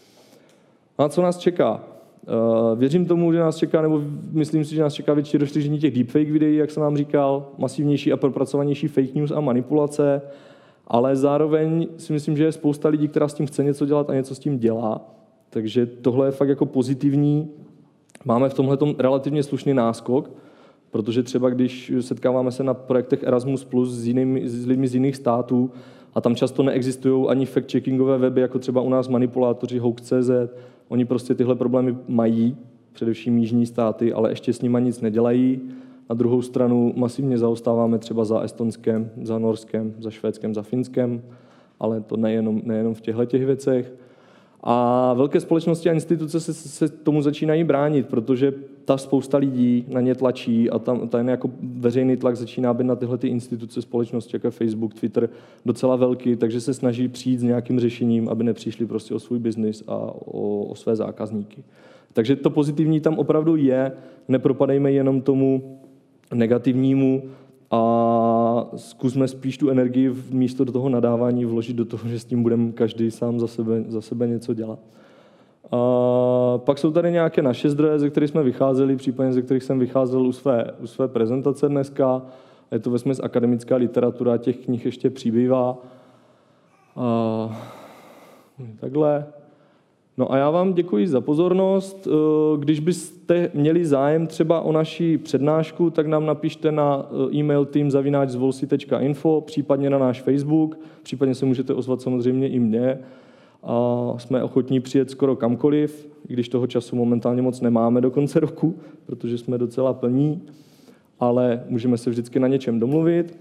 A co nás čeká? Věřím tomu, že nás čeká, nebo myslím si, že nás čeká větší rozšíření těch deepfake videí, jak jsem vám říkal, masivnější a propracovanější fake news a manipulace, ale zároveň si myslím, že je spousta lidí, která s tím chce něco dělat a něco s tím dělá. Takže tohle je fakt jako pozitivní. Máme v tomhletom relativně slušný náskok, protože třeba když setkáváme se na projektech Erasmus Plus s lidmi z jiných států, a tam často neexistují ani fact-checkingové weby, jako třeba u nás manipulátoři Hoax.cz. Oni prostě tyhle problémy mají, především jižní státy, ale ještě s nimi nic nedělají. Na druhou stranu masivně zaostáváme třeba za Estonskem, za Norskem, za Švédskem, za Finskem, ale to nejenom v těchto věcech. A velké společnosti a instituce se tomu začínají bránit, protože ta spousta lidí na ně tlačí a ten jako veřejný tlak začíná být na tyhle ty instituce společnosti, jako Facebook, Twitter, docela velký, takže se snaží přijít s nějakým řešením, aby nepřišli prostě o svůj biznis a o své zákazníky. Takže to pozitivní tam opravdu je, nepropadejme jenom tomu negativnímu a zkusme spíš tu energii místo do toho nadávání vložit do toho, že s tím budeme každý sám za sebe něco dělat. A pak jsou tady nějaké naše zdroje, ze kterých jsme vycházeli, případně ze kterých jsem vycházel u své prezentace dneska. Je to vesměs akademická literatura, těch knih ještě přibývá. Takhle. No a já vám děkuji za pozornost. Když byste měli zájem třeba o naši přednášku, tak nám napište na e-mail team@zvolsi.info, případně na náš Facebook, případně se můžete ozvat samozřejmě i mě. A jsme ochotní přijet skoro kamkoliv, i když toho času momentálně moc nemáme do konce roku, protože jsme docela plní, ale můžeme se vždycky na něčem domluvit.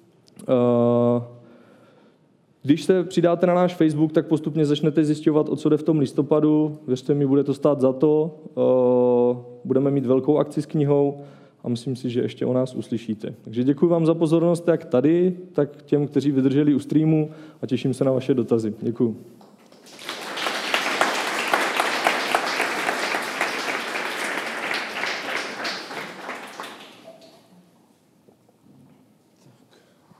Když se přidáte na náš Facebook, tak postupně začnete zjišťovat, o co jde v tom listopadu. Věřte mi, bude to stát za to. Budeme mít velkou akci s knihou a myslím si, že ještě o nás uslyšíte. Takže děkuji vám za pozornost jak tady, tak těm, kteří vydrželi u streamu a těším se na vaše dotazy. Děkuji.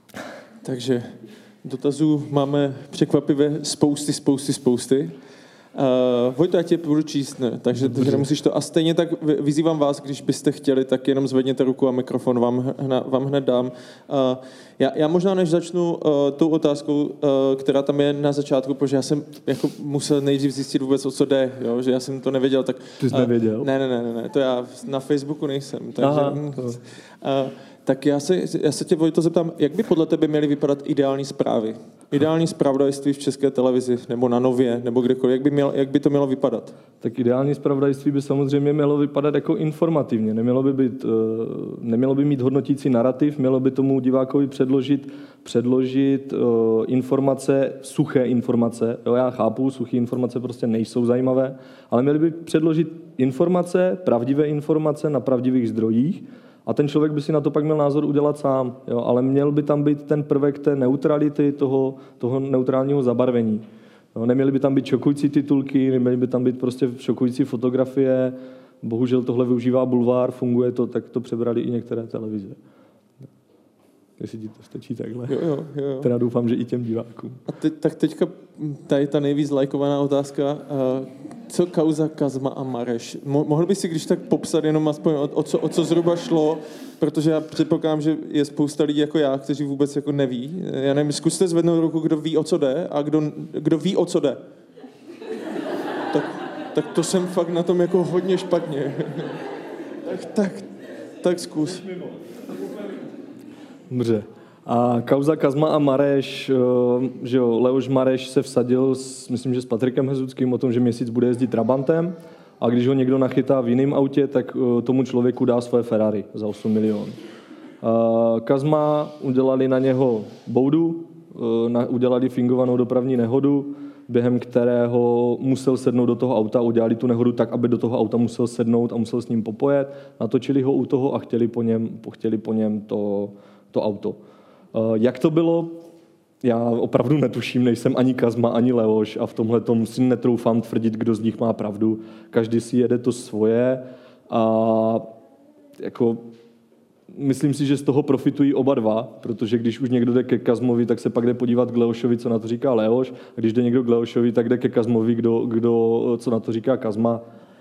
Takže dotazů máme překvapivě spousty. Vojto, já tě budu číst, ne? Takže nemusíš to. A stejně tak vyzývám vás, když byste chtěli, tak jenom zvedněte ruku a mikrofon vám hned dám. Já možná, než začnu tou otázkou, která tam je na začátku, protože já jsem jako musel nejdřív zjistit vůbec, o co jde, jo? Že já jsem to nevěděl. Tak, ty jsi nevěděl? Ne, to já na Facebooku nejsem. Takže, tak já se tě, Vojto, zeptám, jak by podle tebe měly vypadat ideální zprávy? Ideální zpravodajství v České televizi, nebo na Nově, nebo kdekoliv, jak by to mělo vypadat? Tak ideální zpravodajství by samozřejmě mělo vypadat jako informativně. Nemělo by mít hodnotící narrativ, mělo by tomu divákovi předložit informace, suché informace. Jo, já chápu, suché informace prostě nejsou zajímavé, ale měli by předložit informace, pravdivé informace na pravdivých zdrojích, a ten člověk by si na to pak měl názor udělat sám, jo? Ale měl by tam být ten prvek té neutrality, toho neutrálního zabarvení. Jo? Neměly by tam být šokující titulky, neměly by tam být prostě šokující fotografie. Bohužel tohle využívá bulvár, funguje to, tak to přebrali i některé televize. Jestli ti to stačí takhle. Jo. Teda doufám, že i těm divákům. A teďka tady ta nejvíc lajkovaná otázka. Co kauza Kazma a Mareš? Mohl bys si když tak popsat jenom aspoň o co zhruba šlo, protože já předpokládám, že je spousta lidí jako já, kteří vůbec jako neví. Já nevím, zkuste zvednout ruku, kdo ví, o co jde a kdo ví, o co jde. Tak to jsem fakt na tom jako hodně špatně. tak zkus. Dobře. A kauza Kazma a Mareš, že jo, Leoš Mareš se vsadil, myslím, že s Patrikem Hezuckým o tom, že měsíc bude jezdit Trabantem, a když ho někdo nachytá v jiném autě, tak tomu člověku dá svoje Ferrari za 8 milionů. Kazma udělali na něho boudu, udělali fingovanou dopravní nehodu, během kterého musel sednout do toho auta, udělali tu nehodu tak, aby do toho auta musel sednout a musel s ním popojet, natočili ho u toho a chtěli po něm to auto. Jak to bylo, já opravdu netuším, nejsem ani Kazma, ani Leoš a v tomhle tomu si netroufám tvrdit, kdo z nich má pravdu. Každý si jede to svoje a jako myslím si, že z toho profitují oba dva, protože když už někdo jde ke Kazmovi, tak se pak jde podívat k Leošovi, co na to říká Leoš, a když jde někdo k Leošovi, tak jde ke Kazmovi, co na to říká Kazma.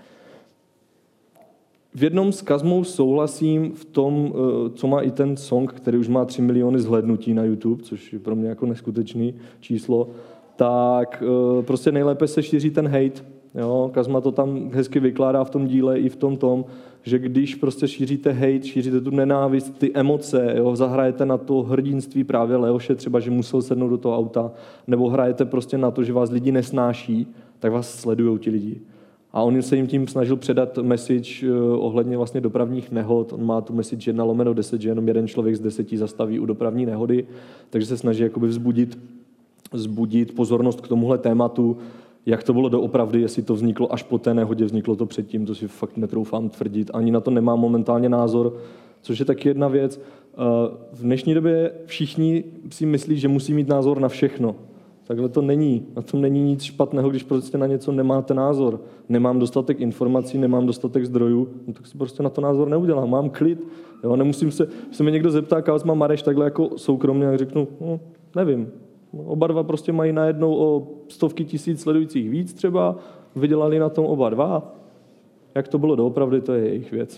V jednom s Kazmou souhlasím v tom, co má i ten song, který už má 3 miliony zhlédnutí na YouTube, což je pro mě jako neskutečný číslo, tak prostě nejlépe se šíří ten hate. Jo? Kazma to tam hezky vykládá v tom díle i v tom, že když prostě šíříte hate, šíříte tu nenávist, ty emoce, jo? Zahrajete na to hrdinství právě Leoše, třeba, že musel sednout do toho auta, nebo hrajete prostě na to, že vás lidi nesnáší, tak vás sledujou ti lidi. A on se jim tím snažil předat message ohledně vlastně dopravních nehod. On má tu message 1/10, že jenom jeden člověk z 10 zastaví u dopravní nehody, takže se snaží jakoby vzbudit pozornost k tomuhle tématu, jak to bylo doopravdy, jestli to vzniklo až po té nehodě, vzniklo to předtím, to si fakt netroufám tvrdit. Ani na to nemám momentálně názor, což je taky jedna věc. V dnešní době všichni si myslí, že musí mít názor na všechno. Takhle to není. Na tom není nic špatného, když prostě na něco nemáte názor. Nemám dostatek informací, nemám dostatek zdrojů, no tak si prostě na to názor neudělám. Mám klid. Jo? Nemusím se, když se mě někdo zeptá, Kazma Mareš takhle jako soukromně, jak řeknu, nevím. Oba dva prostě mají najednou o stovky tisíc sledujících víc třeba, vydělali na tom oba dva. Jak to bylo doopravdy, to je jejich věc.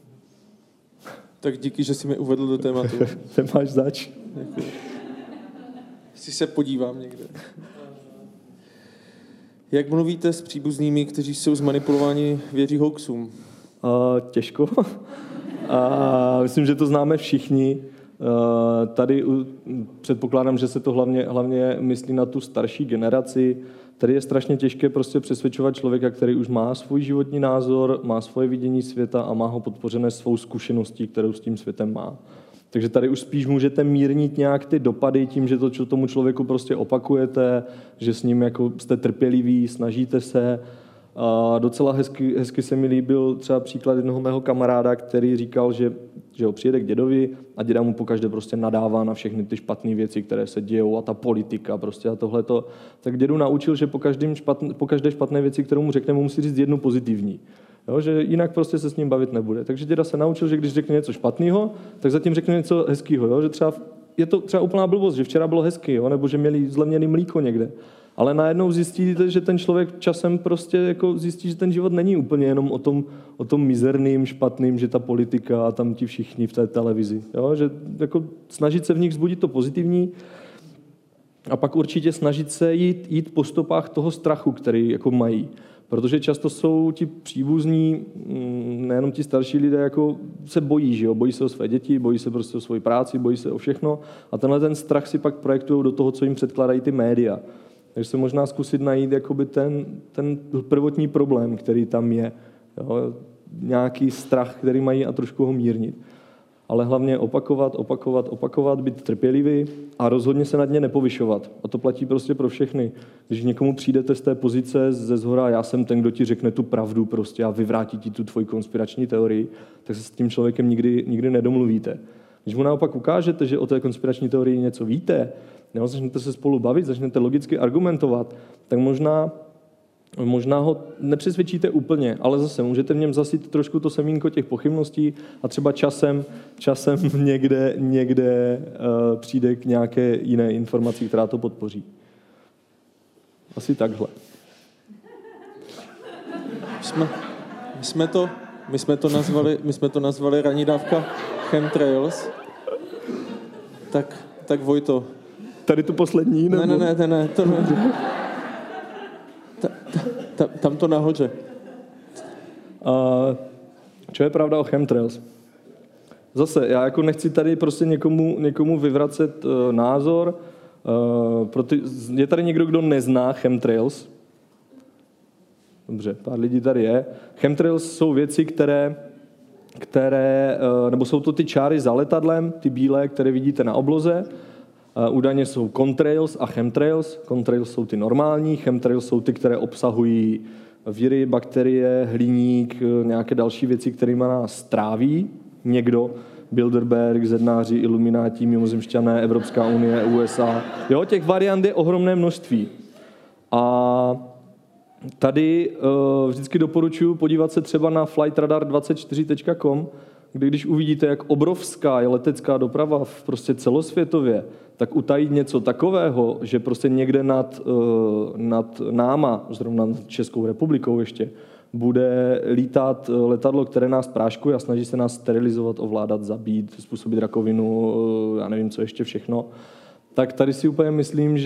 Tak díky, že jsi mě uvedl do tématu. Nemáš zač. Si se podívám někde. Jak mluvíte s příbuznými, kteří jsou zmanipulováni, věří hoaxům? Těžko. Myslím, že to známe všichni. Tady předpokládám, že se to hlavně myslí na tu starší generaci. Tady je strašně těžké prostě přesvědčovat člověka, který už má svůj životní názor, má svoje vidění světa a má ho podpořené svou zkušeností, kterou s tím světem má. Takže tady už spíš můžete mírnit nějak ty dopady tím, že to tomu člověku prostě opakujete, že s ním jako jste trpěliví, snažíte se. A docela hezky se mi líbil třeba příklad jednoho mého kamaráda, který říkal, že ho přijede k dědovi a děda mu pokaždé prostě nadává na všechny ty špatné věci, které se dějou a ta politika prostě a tohleto. Tak dědu naučil, že po každé špatné věci, kterou mu řekne, mu musí říct jednu pozitivní. Jo, že jinak prostě se s ním bavit nebude. Takže děda se naučil, že když řekne něco špatného, tak zatím řekne něco hezkého. Jo? Že třeba je to třeba úplná blbost, že včera bylo hezky, jo? Nebo že měli zlevněný mlíko někde. Ale najednou zjistíte, že ten člověk časem prostě jako zjistí, že ten život není úplně jenom o tom mizerným, špatným, že ta politika a tam ti všichni v té televizi. Jo? Že jako snažit se v nich vzbudit to pozitivní a pak určitě snažit se jít po stopách toho strachu, který jako mají. Protože často jsou ti příbuzní, nejenom ti starší lidé, jako se bojí, že jo? Bojí se o své děti, bojí se prostě o svoji práci, bojí se o všechno a tenhle ten strach si pak projektují do toho, co jim předkládají ty média. Takže se možná zkusit najít jakoby ten prvotní problém, který tam je. Jo? Nějaký strach, který mají a trošku ho mírnit. Ale hlavně opakovat, být trpělivý a rozhodně se nad ně nepovyšovat. A to platí prostě pro všechny. Když někomu přijdete z té pozice ze zhora, já jsem ten, kdo ti řekne tu pravdu prostě a vyvrátí ti tu tvoji konspirační teorii, tak se s tím člověkem nikdy nedomluvíte. Když mu naopak ukážete, že o té konspirační teorii něco víte, nebo začnete se spolu bavit, začnete logicky argumentovat, tak možná ho nepřesvědčíte úplně, ale zase můžete v něm zasít trošku to semínko těch pochybností a třeba časem někde přijde k nějaké jiné informaci, která to podpoří. Asi takhle. My jsme to nazvali ranní dávka chemtrails. Tak Vojto. Tady tu poslední? Nebo? Ne, to ne. Tam to nahoře. Co je pravda o chemtrails? Zase, já jako nechci tady prostě někomu vyvracet názor. Je tady někdo, kdo nezná chemtrails? Dobře, pár lidí tady je. Chemtrails jsou věci, které nebo jsou to ty čáry za letadlem, ty bílé, které vidíte na obloze. Údajně jsou contrails a chemtrails. Contrails jsou ty normální, chemtrails jsou ty, které obsahují viry, bakterie, hliník, nějaké další věci, kterými nás tráví. Někdo, Bilderberg, zednáři, ilumináti, mimozemšťané, Evropská unie, USA. Jo, těch variant je ohromné množství. A tady vždycky doporučuji podívat se třeba na flightradar24.com, kde když uvidíte, jak obrovská je letecká doprava prostě celosvětově, tak utajit něco takového, že prostě někde nad náma, zrovna nad Českou republikou ještě, bude lítat letadlo, které nás práškuje a snaží se nás sterilizovat, ovládat, zabít, způsobit rakovinu, já nevím, co ještě všechno, tak tady si úplně myslím,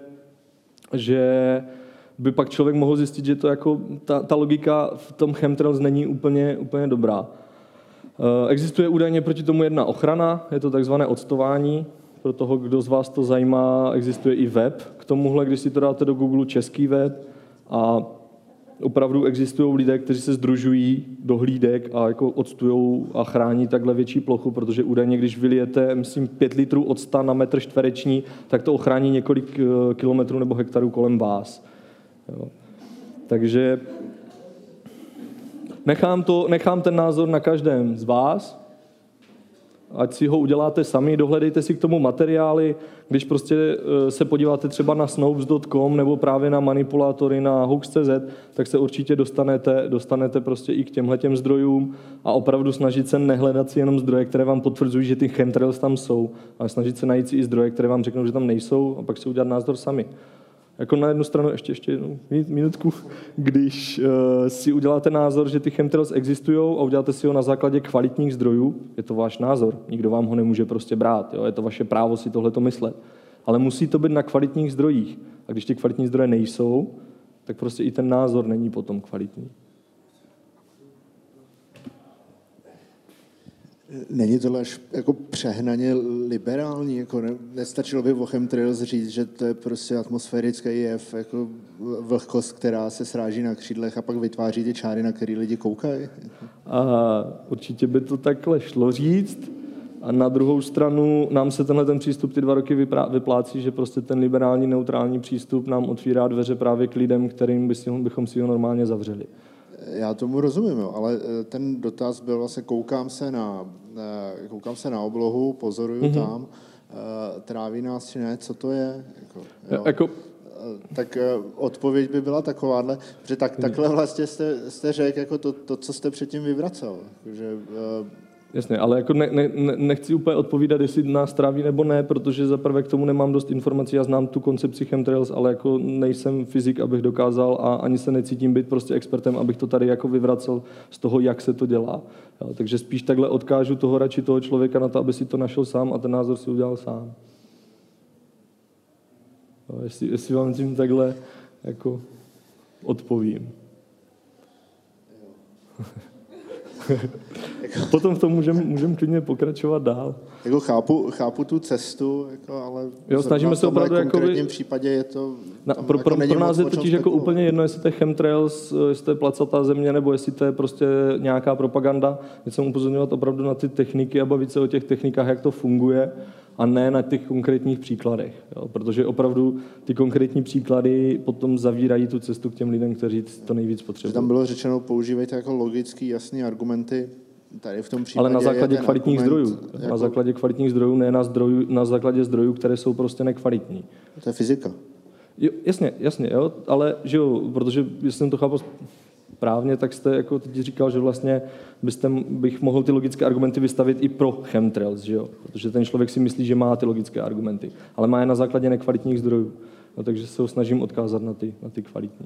že by pak člověk mohl zjistit, že to jako ta logika v tom chemtrails není úplně dobrá. Existuje údajně proti tomu jedna ochrana, je to takzvané octování. Pro toho, kdo z vás to zajímá, existuje i web k tomuhle, když si to dáte do Google, český web. A opravdu existují lidé, kteří se sdružují do hlídek a jako octujou a chrání takhle větší plochu, protože údajně, když vylijete, myslím, 5 litrů octa na metr čtvereční, tak to ochrání několik kilometrů nebo hektarů kolem vás. Jo. Takže nechám ten názor na každém z vás, ať si ho uděláte sami, dohledejte si k tomu materiály, když prostě se podíváte třeba na snopes.com nebo právě na manipulátory na hoax.cz, tak se určitě dostanete prostě i k těmhletěm zdrojům a opravdu snažit se nehledat si jenom zdroje, které vám potvrdzují, že ty chemtrails tam jsou, ale snažit se najít si i zdroje, které vám řeknou, že tam nejsou a pak si udělat názor sami. Jako na jednu stranu, ještě minutku, když si uděláte názor, že ty chemtrails existují a uděláte si ho na základě kvalitních zdrojů, je to váš názor, nikdo vám ho nemůže prostě brát, jo? Je to vaše právo si tohleto myslet. Ale musí to být na kvalitních zdrojích. A když ty kvalitní zdroje nejsou, tak prostě i ten názor není potom kvalitní. Není tohle až jako přehnaně liberální? Jako nestačilo by o chemtrails říct, že to je prostě atmosférický jev, jako vlhkost, která se sráží na křídlech a pak vytváří ty čáry, na které lidi koukají? Určitě by to takhle šlo říct. A na druhou stranu nám se ten přístup ty 2 roky vyplácí, že prostě ten liberální, neutrální přístup nám otvírá dveře právě k lidem, kterým bychom si ho normálně zavřeli. Já tomu rozumím, jo, ale ten dotaz byl vlastně, koukám se na oblohu, pozoruju tam, tráví nás či ne, co to je? Tak odpověď by byla takováhle, že takhle vlastně jste řekl jako to, co jste předtím vyvracel. Že Jasně, ale jako nechci úplně odpovídat, jestli nás tráví nebo ne, protože zaprvé k tomu nemám dost informací, já znám tu koncepci chemtrails, ale jako nejsem fyzik, abych dokázal a ani se necítím být prostě expertem, abych to tady jako vyvracel z toho, jak se to dělá. Jo, takže spíš takhle odkážu radši toho člověka na to, aby si to našel sám a ten názor si udělal sám. Jo, jestli vám tím takhle jako odpovím. Potom v tom můžem klidně pokračovat dál. Jako chápu tu cestu, jako, ale jo, snažíme se opravdu v konkrétním případě je to... Pro nás je totiž jako úplně jedno, jestli to je chemtrails, jestli to je placatá země, nebo jestli to je prostě nějaká propaganda. Chceme upozorňovat opravdu na ty techniky a bavit se o těch technikách, jak to funguje, a ne na těch konkrétních příkladech. Jo? Protože opravdu ty konkrétní příklady potom zavírají tu cestu k těm lidem, kteří to nejvíc potřebují. Tam bylo řečeno, používejte jako logický, jasný argumenty. Tady v tom případě ale na základě kvalitních zdrojů. Jako... Na základě kvalitních zdrojů, ne na základě zdrojů, které jsou prostě nekvalitní. To je fyzika. Jo, jasně, jo, ale že jo, protože jestli jsem to chápal správně, tak jste jako teď říkal, že vlastně bych mohl ty logické argumenty vystavit i pro chemtrails, že jo? Protože ten člověk si myslí, že má ty logické argumenty, ale má je na základě nekvalitních zdrojů. No, takže se ho snažím odkázat na ty kvalitní.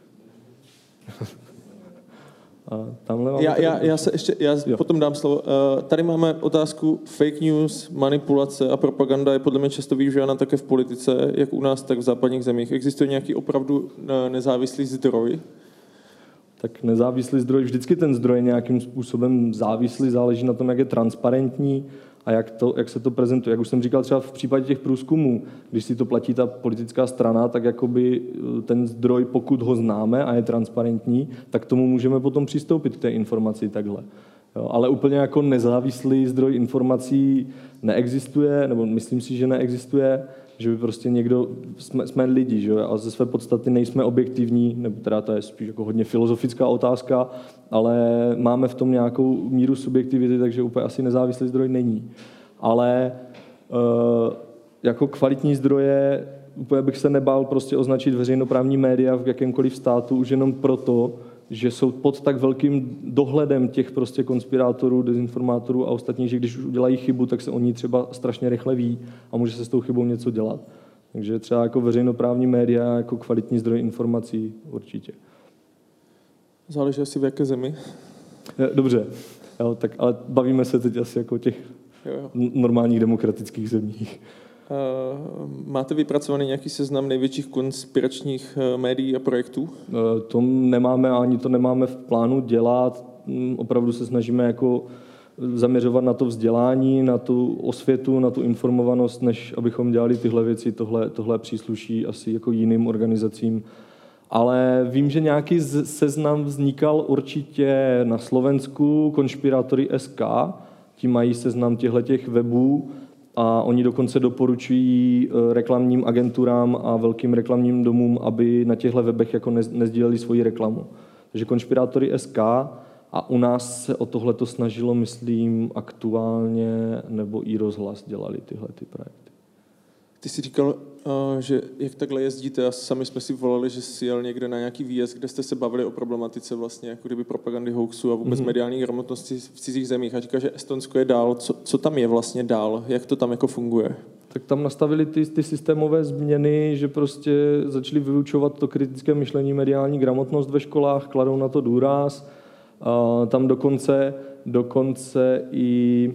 A tamhle máme já potom dám slovo. Tady máme otázku fake news, manipulace a propaganda je podle mě často využívána také v politice, jak u nás, tak v západních zemích. Existuje nějaký opravdu nezávislý zdroj? Tak nezávislý zdroj, vždycky ten zdroj je nějakým způsobem závislý, záleží na tom, jak je transparentní a jak se to prezentuje. Jak už jsem říkal, třeba v případě těch průzkumů, když si to platí ta politická strana, tak jakoby ten zdroj, pokud ho známe a je transparentní, tak k tomu můžeme potom přistoupit k té informaci takhle. Jo, ale úplně jako nezávislý zdroj informací neexistuje, nebo myslím si, že neexistuje, že by prostě někdo, jsme lidi, že jo, a ze své podstaty nejsme objektivní, nebo teda to je spíš jako hodně filozofická otázka, ale máme v tom nějakou míru subjektivity, takže úplně asi nezávislý zdroj není. Ale jako kvalitní zdroje, úplně bych se nebál prostě označit veřejnoprávní média v jakémkoliv státu už jenom proto, že jsou pod tak velkým dohledem těch prostě konspirátorů, dezinformátorů a ostatních, že když už udělají chybu, tak se oni třeba strašně rychle ví a může se s tou chybou něco dělat. Takže třeba jako veřejnoprávní média, jako kvalitní zdroj informací určitě. Záleží asi v jaké zemi. Dobře, jo, tak, ale bavíme se teď asi jako o těch normálních demokratických zemích. Máte vypracovaný nějaký seznam největších konspiračních médií a projektů? To nemáme, ani to nemáme v plánu dělat. Opravdu se snažíme jako zaměřovat na to vzdělání, na tu osvětu, na tu informovanost, než abychom dělali tyhle věci. Tohle přísluší asi jako jiným organizacím. Ale vím, že nějaký seznam vznikal určitě na Slovensku, Konšpirátory SK, ti mají seznam těchto webů, a oni dokonce doporučují reklamním agenturám a velkým reklamním domům, aby na těchto webech jako nesdíleli svoji reklamu. Takže Konšpirátory SK a u nás se o tohleto snažilo, myslím, Aktuálně nebo i Rozhlas dělali tyhle ty projekty. Ty jsi říkal, že jak takhle jezdíte a sami jsme si volali, že jsi jel někde na nějaký výjezd, kde jste se bavili o problematice vlastně jako kdyby propagandy hoaxu a vůbec mediální gramotnosti v cizích zemích a říkal, že Estonsko je dál. Co tam je vlastně dál? Jak to tam jako funguje? Tak tam nastavili ty systémové změny, že prostě začali vyučovat to kritické myšlení, mediální gramotnost ve školách, kladou na to důraz. Tam dokonce i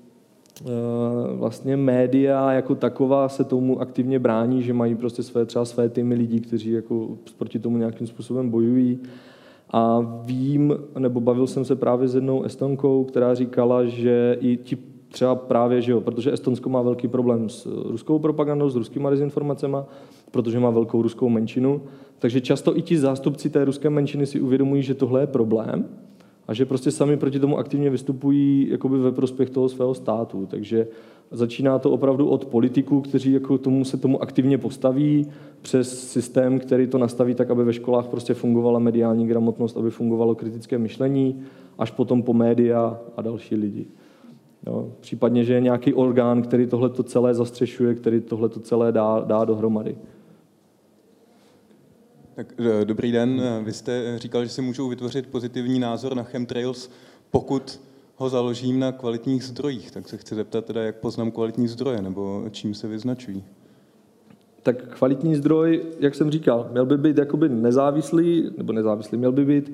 vlastně média jako taková se tomu aktivně brání, že mají prostě své týmy lidí, kteří jako proti tomu nějakým způsobem bojují. A vím, nebo bavil jsem se právě s jednou Estonkou, která říkala, že i ti třeba právě, že jo, protože Estonsko má velký problém s ruskou propagandou, s ruskýma dezinformacemi, protože má velkou ruskou menšinu, takže často i ti zástupci té ruské menšiny si uvědomují, že tohle je problém, a že prostě sami proti tomu aktivně vystupují jakoby ve prospěch toho svého státu. Takže začíná to opravdu od politiků, kteří jako se tomu aktivně postaví, přes systém, který to nastaví tak, aby ve školách prostě fungovala mediální gramotnost, aby fungovalo kritické myšlení, až potom po média a další lidi. Jo. Případně, že je nějaký orgán, který tohleto celé zastřešuje, který tohleto celé dá dohromady. Tak, dobrý den. Vy jste říkal, že si můžou vytvořit pozitivní názor na chemtrails, pokud ho založím na kvalitních zdrojích, tak se chci zeptat teda, jak poznám kvalitní zdroje, nebo čím se vyznačují. Tak kvalitní zdroj, jak jsem říkal, měl by být jakoby nezávislý, měl by být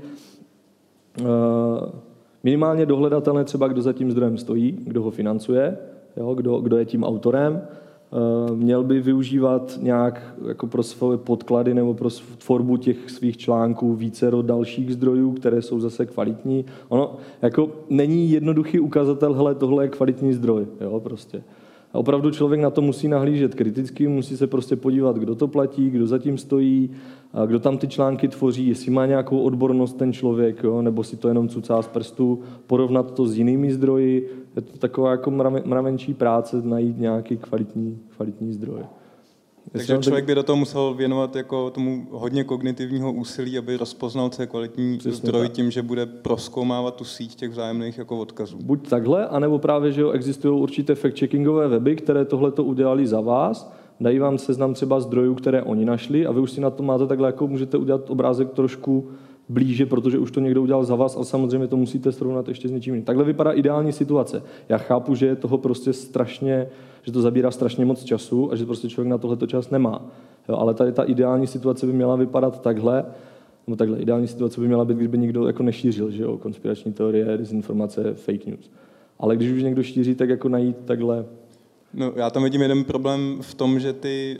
minimálně dohledatelné třeba, kdo za tím zdrojem stojí, kdo ho financuje, jo, kdo je tím autorem. Měl by využívat nějak jako pro své podklady nebo pro tvorbu těch svých článků vícero dalších zdrojů, které jsou zase kvalitní. Ono jako není jednoduchý ukazatel, hele, tohle je kvalitní zdroj, jo, prostě. A opravdu člověk na to musí nahlížet kriticky, musí se prostě podívat, kdo to platí, kdo za tím stojí, kdo tam ty články tvoří, jestli má nějakou odbornost ten člověk, jo, nebo si to jenom cucá z prstů, porovnat to s jinými zdroji. Je to taková jako mravenčí práce najít nějaký kvalitní zdroj. Takže člověk by do toho musel věnovat jako tomu hodně kognitivního úsilí, aby rozpoznal, co je kvalitní zdroj tím, že bude prozkoumávat tu síť těch vzájemných jako odkazů. Buď takhle, anebo právě, že existují určité fact-checkingové weby, které tohleto udělali za vás, dají vám seznam třeba zdrojů, které oni našli a vy už si na to máte takhle, jako můžete udělat obrázek trošku blíže, protože už to někdo udělal za vás, ale samozřejmě to musíte srovnat ještě s něčím jiným. Takhle vypadá ideální situace. Já chápu, že je toho prostě strašně, že to zabírá strašně moc času a že prostě člověk na tohleto čas nemá. Jo, ale tady ta ideální situace by měla vypadat takhle, no takhle, ideální situace by měla být, kdyby nikdo jako nešířil, že jo, konspirační teorie, dezinformace, fake news. Ale když už někdo šíří, tak jako najít takhle. No, já tam vidím jeden problém v tom, že ty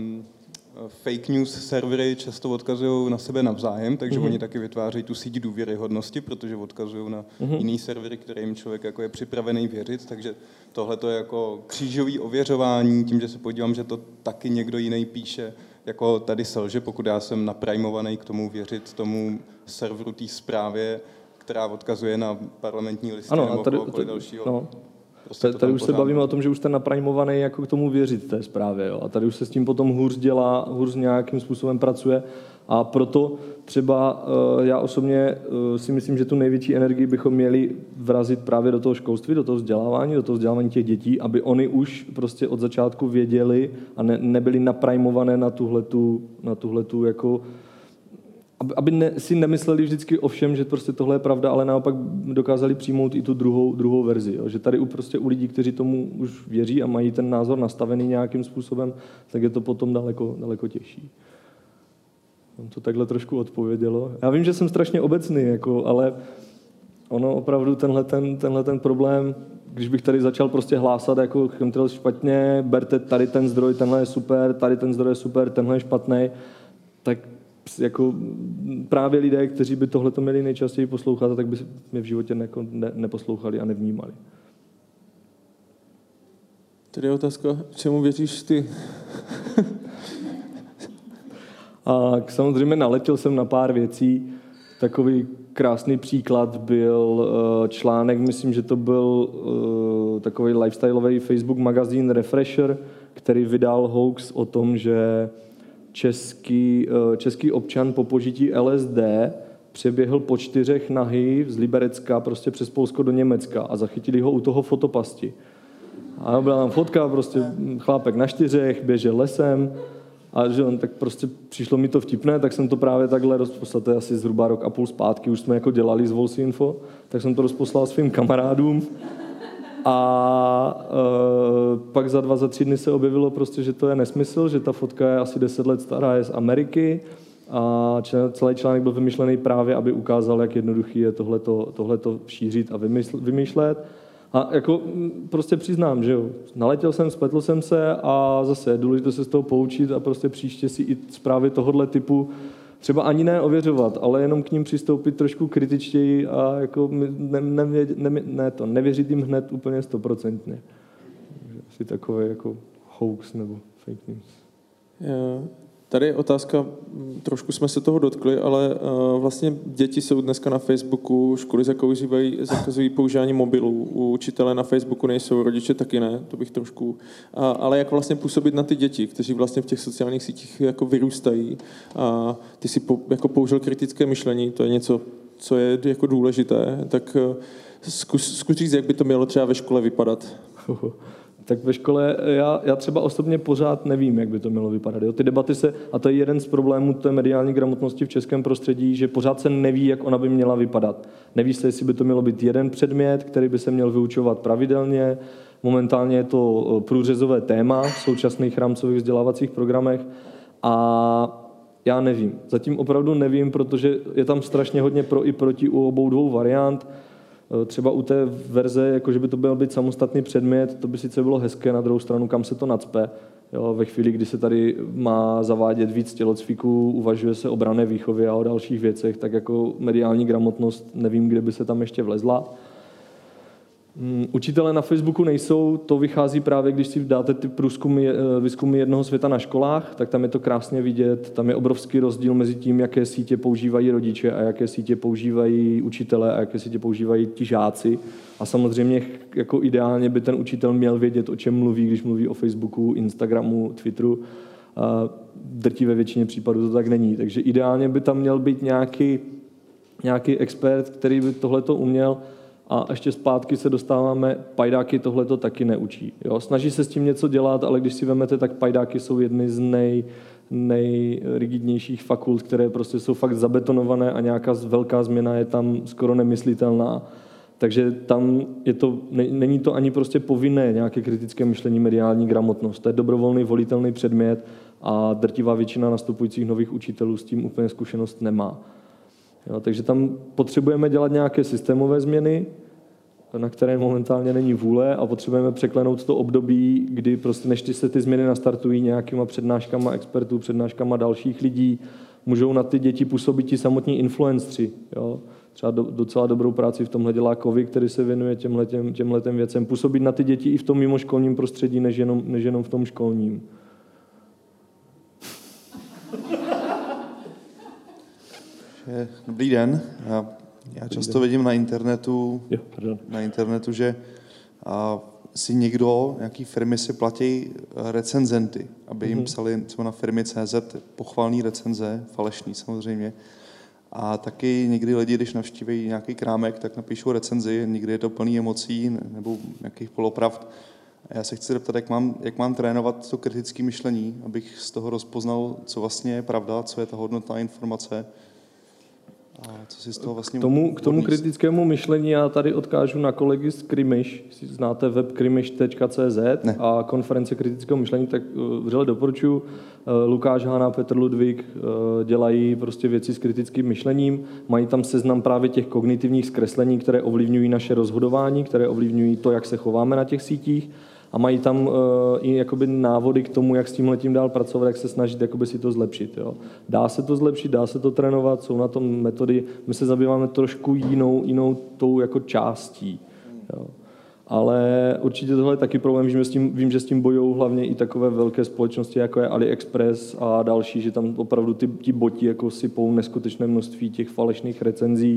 fake news servery často odkazují na sebe navzájem, takže oni taky vytvářejí tu síť důvěryhodnosti, protože odkazují na jiný servery, kterým člověk jako je připravený věřit, takže tohle to je jako křížový ověřování, tím, že se podívám, že to taky někdo jiný píše, jako tady selže, pokud já jsem naprimovaný k tomu věřit tomu serveru té zprávě, která odkazuje na parlamentní listy nebo kohokoliv dalšího. No. Prostě tady už se bavíme o tom, že už jste naprimovaný jako k tomu věřit té zprávě. Jo? A tady už se s tím potom hůř dělá, hůř nějakým způsobem pracuje. A proto třeba já osobně si myslím, že tu největší energii bychom měli vrazit právě do toho školství, do toho vzdělávání těch dětí, aby oni už prostě od začátku věděli a nebyli naprimované na tuhletu jako aby si nemysleli vždycky o všem, že prostě tohle je pravda, ale naopak dokázali přijmout i tu druhou verzi. Jo. Že tady u lidí, kteří tomu už věří a mají ten názor nastavený nějakým způsobem, tak je to potom daleko těžší. Mám to takhle trošku odpovědělo. Já vím, že jsem strašně obecný, jako, ale ono opravdu tenhle problém, když bych tady začal prostě hlásat jako chemtrail špatně, berte tady ten zdroj, tenhle je super, tady ten zdroj je super, tenhle je špatný, tak jako právě lidé, kteří by tohleto měli nejčastěji poslouchat, tak by mě v životě neposlouchali a nevnímali. Tady je otázka, čemu věříš ty? A samozřejmě naletěl jsem na pár věcí. Takový krásný příklad byl článek, myslím, že to byl takový lifestyleový Facebook magazín Refresher, který vydal hoax o tom, že český občan po požití LSD přeběhl po 4 nahy z Liberecka prostě přes Polsko do Německa a zachytili ho u toho fotopasti. A byla tam fotka, prostě chlápek na 4, běžel lesem a že on, tak prostě přišlo mi to vtipné, tak jsem to právě takhle rozposlal, to je asi zhruba 1,5 roku zpátky, už jsme jako dělali z Volsinfo, tak jsem to rozposlal svým kamarádům. A pak za 3 dny se objevilo prostě, že to je nesmysl, že ta fotka je asi 10 let stará, je z Ameriky a celý článek byl vymyšlený právě, aby ukázal, jak jednoduchý je tohleto šířit a vymýšlet. A jako prostě přiznám, že jo, naletěl jsem, spletl jsem se a zase je důležité se z toho poučit a prostě příště si i zprávy tohohle typu třeba ani ne ověřovat, ale jenom k ním přistoupit trošku kritičtěji a jako nevěřit jim hned úplně 100%. Asi takový jako hoax nebo fake news. Tady je otázka, trošku jsme se toho dotkli, ale vlastně děti jsou dneska na Facebooku, školy zakazují používání mobilů, u učitele na Facebooku nejsou, rodiče taky ne, to bych trošku... Ale jak vlastně působit na ty děti, kteří vlastně v těch sociálních sítích jako vyrůstají. A ty si jako použil kritické myšlení, to je něco, co je jako důležité, tak zkus říct, jak by to mělo třeba ve škole vypadat. Tak ve škole já třeba osobně pořád nevím, jak by to mělo vypadat. Jo? Ty debaty a to je jeden z problémů té mediální gramotnosti v českém prostředí, že pořád se neví, jak ona by měla vypadat. Neví se, jestli by to mělo být jeden předmět, který by se měl vyučovat pravidelně. Momentálně je to průřezové téma v současných rámcových vzdělávacích programech a já nevím. Zatím opravdu nevím, protože je tam strašně hodně pro i proti u obou dvou variant. Třeba u té verze, jakože by to měl být samostatný předmět, to by sice bylo hezké, na druhou stranu, kam se to nacpe. Jo, ve chvíli, kdy se tady má zavádět víc tělocviků, uvažuje se o branné výchově a o dalších věcech, tak jako mediální gramotnost nevím, kde by se tam ještě vlezla. Učitelé na Facebooku nejsou, to vychází právě, když si dáte ty výzkumy jednoho světa na školách, tak tam je to krásně vidět, tam je obrovský rozdíl mezi tím, jaké sítě používají rodiče a jaké sítě používají učitelé a jaké sítě používají ti žáci. A samozřejmě jako ideálně by ten učitel měl vědět, o čem mluví, když mluví o Facebooku, Instagramu, Twitteru. A drtivé většině případů to tak není. Takže ideálně by tam měl být nějaký expert, který by tohleto uměl. A ještě zpátky se dostáváme, pajdáky tohleto taky neučí. Jo? Snaží se s tím něco dělat, ale když si vemete, tak pajdáky jsou jedny z nejrigidnějších fakult, které prostě jsou fakt zabetonované a nějaká velká změna je tam skoro nemyslitelná. Takže tam není to ani prostě povinné nějaké kritické myšlení, mediální gramotnost. To je dobrovolný volitelný předmět a drtivá většina nastupujících nových učitelů s tím úplně zkušenost nemá. Jo, takže tam potřebujeme dělat nějaké systémové změny, na které momentálně není vůle a potřebujeme překlenout to období, kdy prostě než se ty změny nastartují nějakýma přednáškama expertů, přednáškama dalších lidí, můžou na ty děti působit ti samotní influenceri. Jo. Třeba docela dobrou práci v tomhle dělá Kovy, který se věnuje těmhletem věcem. Působit na ty děti i v tom mimoškolním prostředí, než jenom v tom školním. Dobrý den. Já často vidím na internetu, že si nějaký firmy si platí recenzenty, aby jim psali třeba na firmy.cz pochvalný recenze, falešný samozřejmě. A taky někdy lidi, když navštíví nějaký krámek, tak napíšou recenzi, někdy je to plný emocí nebo nějakých polopravd. A já se chci zeptat, jak mám trénovat to kritické myšlení, abych z toho rozpoznal, co vlastně je pravda, co je ta hodnotná informace. A co si z toho vlastně k tomu kritickému myšlení já tady odkážu na kolegy z Krimiš. Si znáte web krimiš.cz a konference kritického myšlení, tak vřele doporučuji. Lukáš Hána, Petr Ludvík dělají prostě věci s kritickým myšlením. Mají tam seznam právě těch kognitivních zkreslení, které ovlivňují naše rozhodování, které ovlivňují to, jak se chováme na těch sítích. A mají tam i jakoby návody k tomu, jak s tímhletím dál pracovat, jak se snažit jakoby si to zlepšit. Jo. Dá se to zlepšit, dá se to trénovat, jsou na tom metody. My se zabýváme trošku jinou tou jako částí. Jo. Ale určitě tohle je taky problém, vím, že s tím bojují hlavně i takové velké společnosti, jako je AliExpress a další, že tam opravdu ti boti jako sypou neskutečné množství těch falešných recenzí.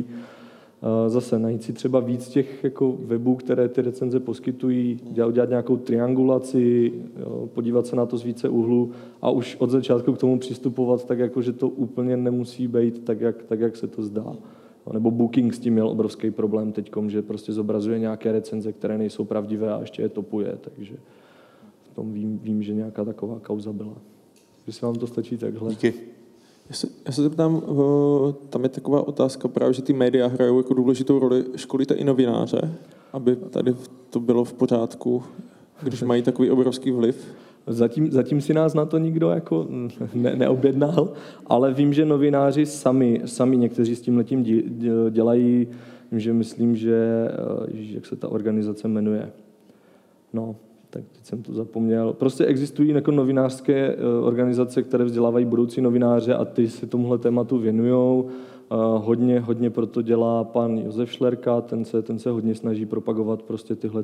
Zase najít si třeba víc těch jako webů, které ty recenze poskytují, udělat nějakou triangulaci, jo, podívat se na to z více úhlů a už od začátku k tomu přistupovat tak, jako, že to úplně nemusí být tak, jak se to zdá. Nebo Booking s tím měl obrovský problém teďkom, že prostě zobrazuje nějaké recenze, které nejsou pravdivé a ještě je topuje, takže v tom vím, že nějaká taková kauza byla. Když vám to stačí takhle. Díky. Já se zeptám, tam je taková otázka právě, že ty média hrajou jako důležitou roli. Školíte i novináře, aby tady to bylo v pořádku, když mají takový obrovský vliv? Zatím si nás na to nikdo jako neobjednal, ale vím, že novináři sami někteří s tímhletím dělají, myslím, že jak se ta organizace jmenuje. No, tak teď jsem to zapomněl. Prostě existují jako novinářské organizace, které vzdělávají budoucí novináře a ty se tomuhle tématu věnujou. Hodně proto dělá pan Josef Šlerka, ten se hodně snaží propagovat prostě tyhle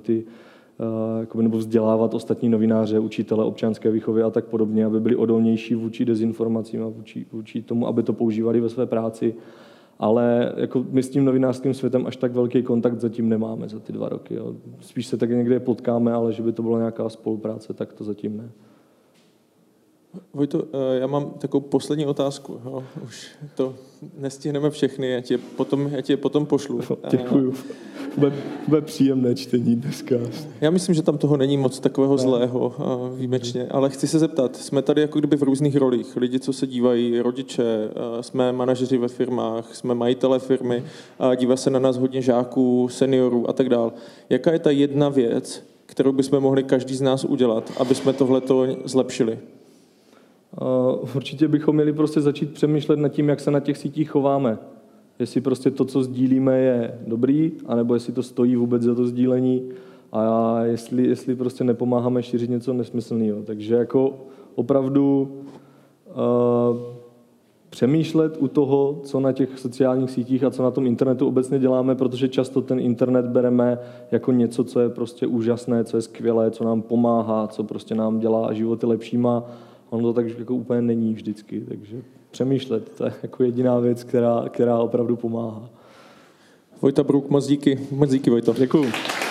nebo vzdělávat ostatní novináře, učitele občanské výchovy a tak podobně, aby byli odolnější vůči dezinformacím a vůči tomu, aby to používali ve své práci. Ale jako my s tím novinářským světem až tak velký kontakt zatím nemáme za ty 2 roky. Jo. Spíš se tak někde potkáme, ale že by to byla nějaká spolupráce, tak to zatím ne. Vojto, já mám takovou poslední otázku. Jo. Už to nestihneme všechny, já ti je potom pošlu. Děkuju. Bude příjemné čtení dneska. Já myslím, že tam toho není moc takového zlého výjimečně, ale chci se zeptat, jsme tady jako kdyby v různých rolích. Lidi, co se dívají, rodiče, jsme manažeři ve firmách, jsme majitele firmy, dívá se na nás hodně žáků, seniorů a tak dál. Jaká je ta jedna věc, kterou bychom mohli každý z nás udělat, aby jsme tohleto zlepšili? Určitě bychom měli prostě začít přemýšlet nad tím, jak se na těch sítích chováme. Jestli prostě to, co sdílíme, je dobrý, anebo jestli to stojí vůbec za to sdílení a jestli prostě nepomáháme šířit něco nesmyslného. Takže jako opravdu přemýšlet u toho, co na těch sociálních sítích a co na tom internetu obecně děláme, protože často ten internet bereme jako něco, co je prostě úžasné, co je skvělé, co nám pomáhá, co prostě nám dělá životy lepšíma. Ono to tak jako úplně není vždycky, takže přemýšlet, to je jako jediná věc, která opravdu pomáhá. Vojta Brouk, moc díky Vojto. Děkuju.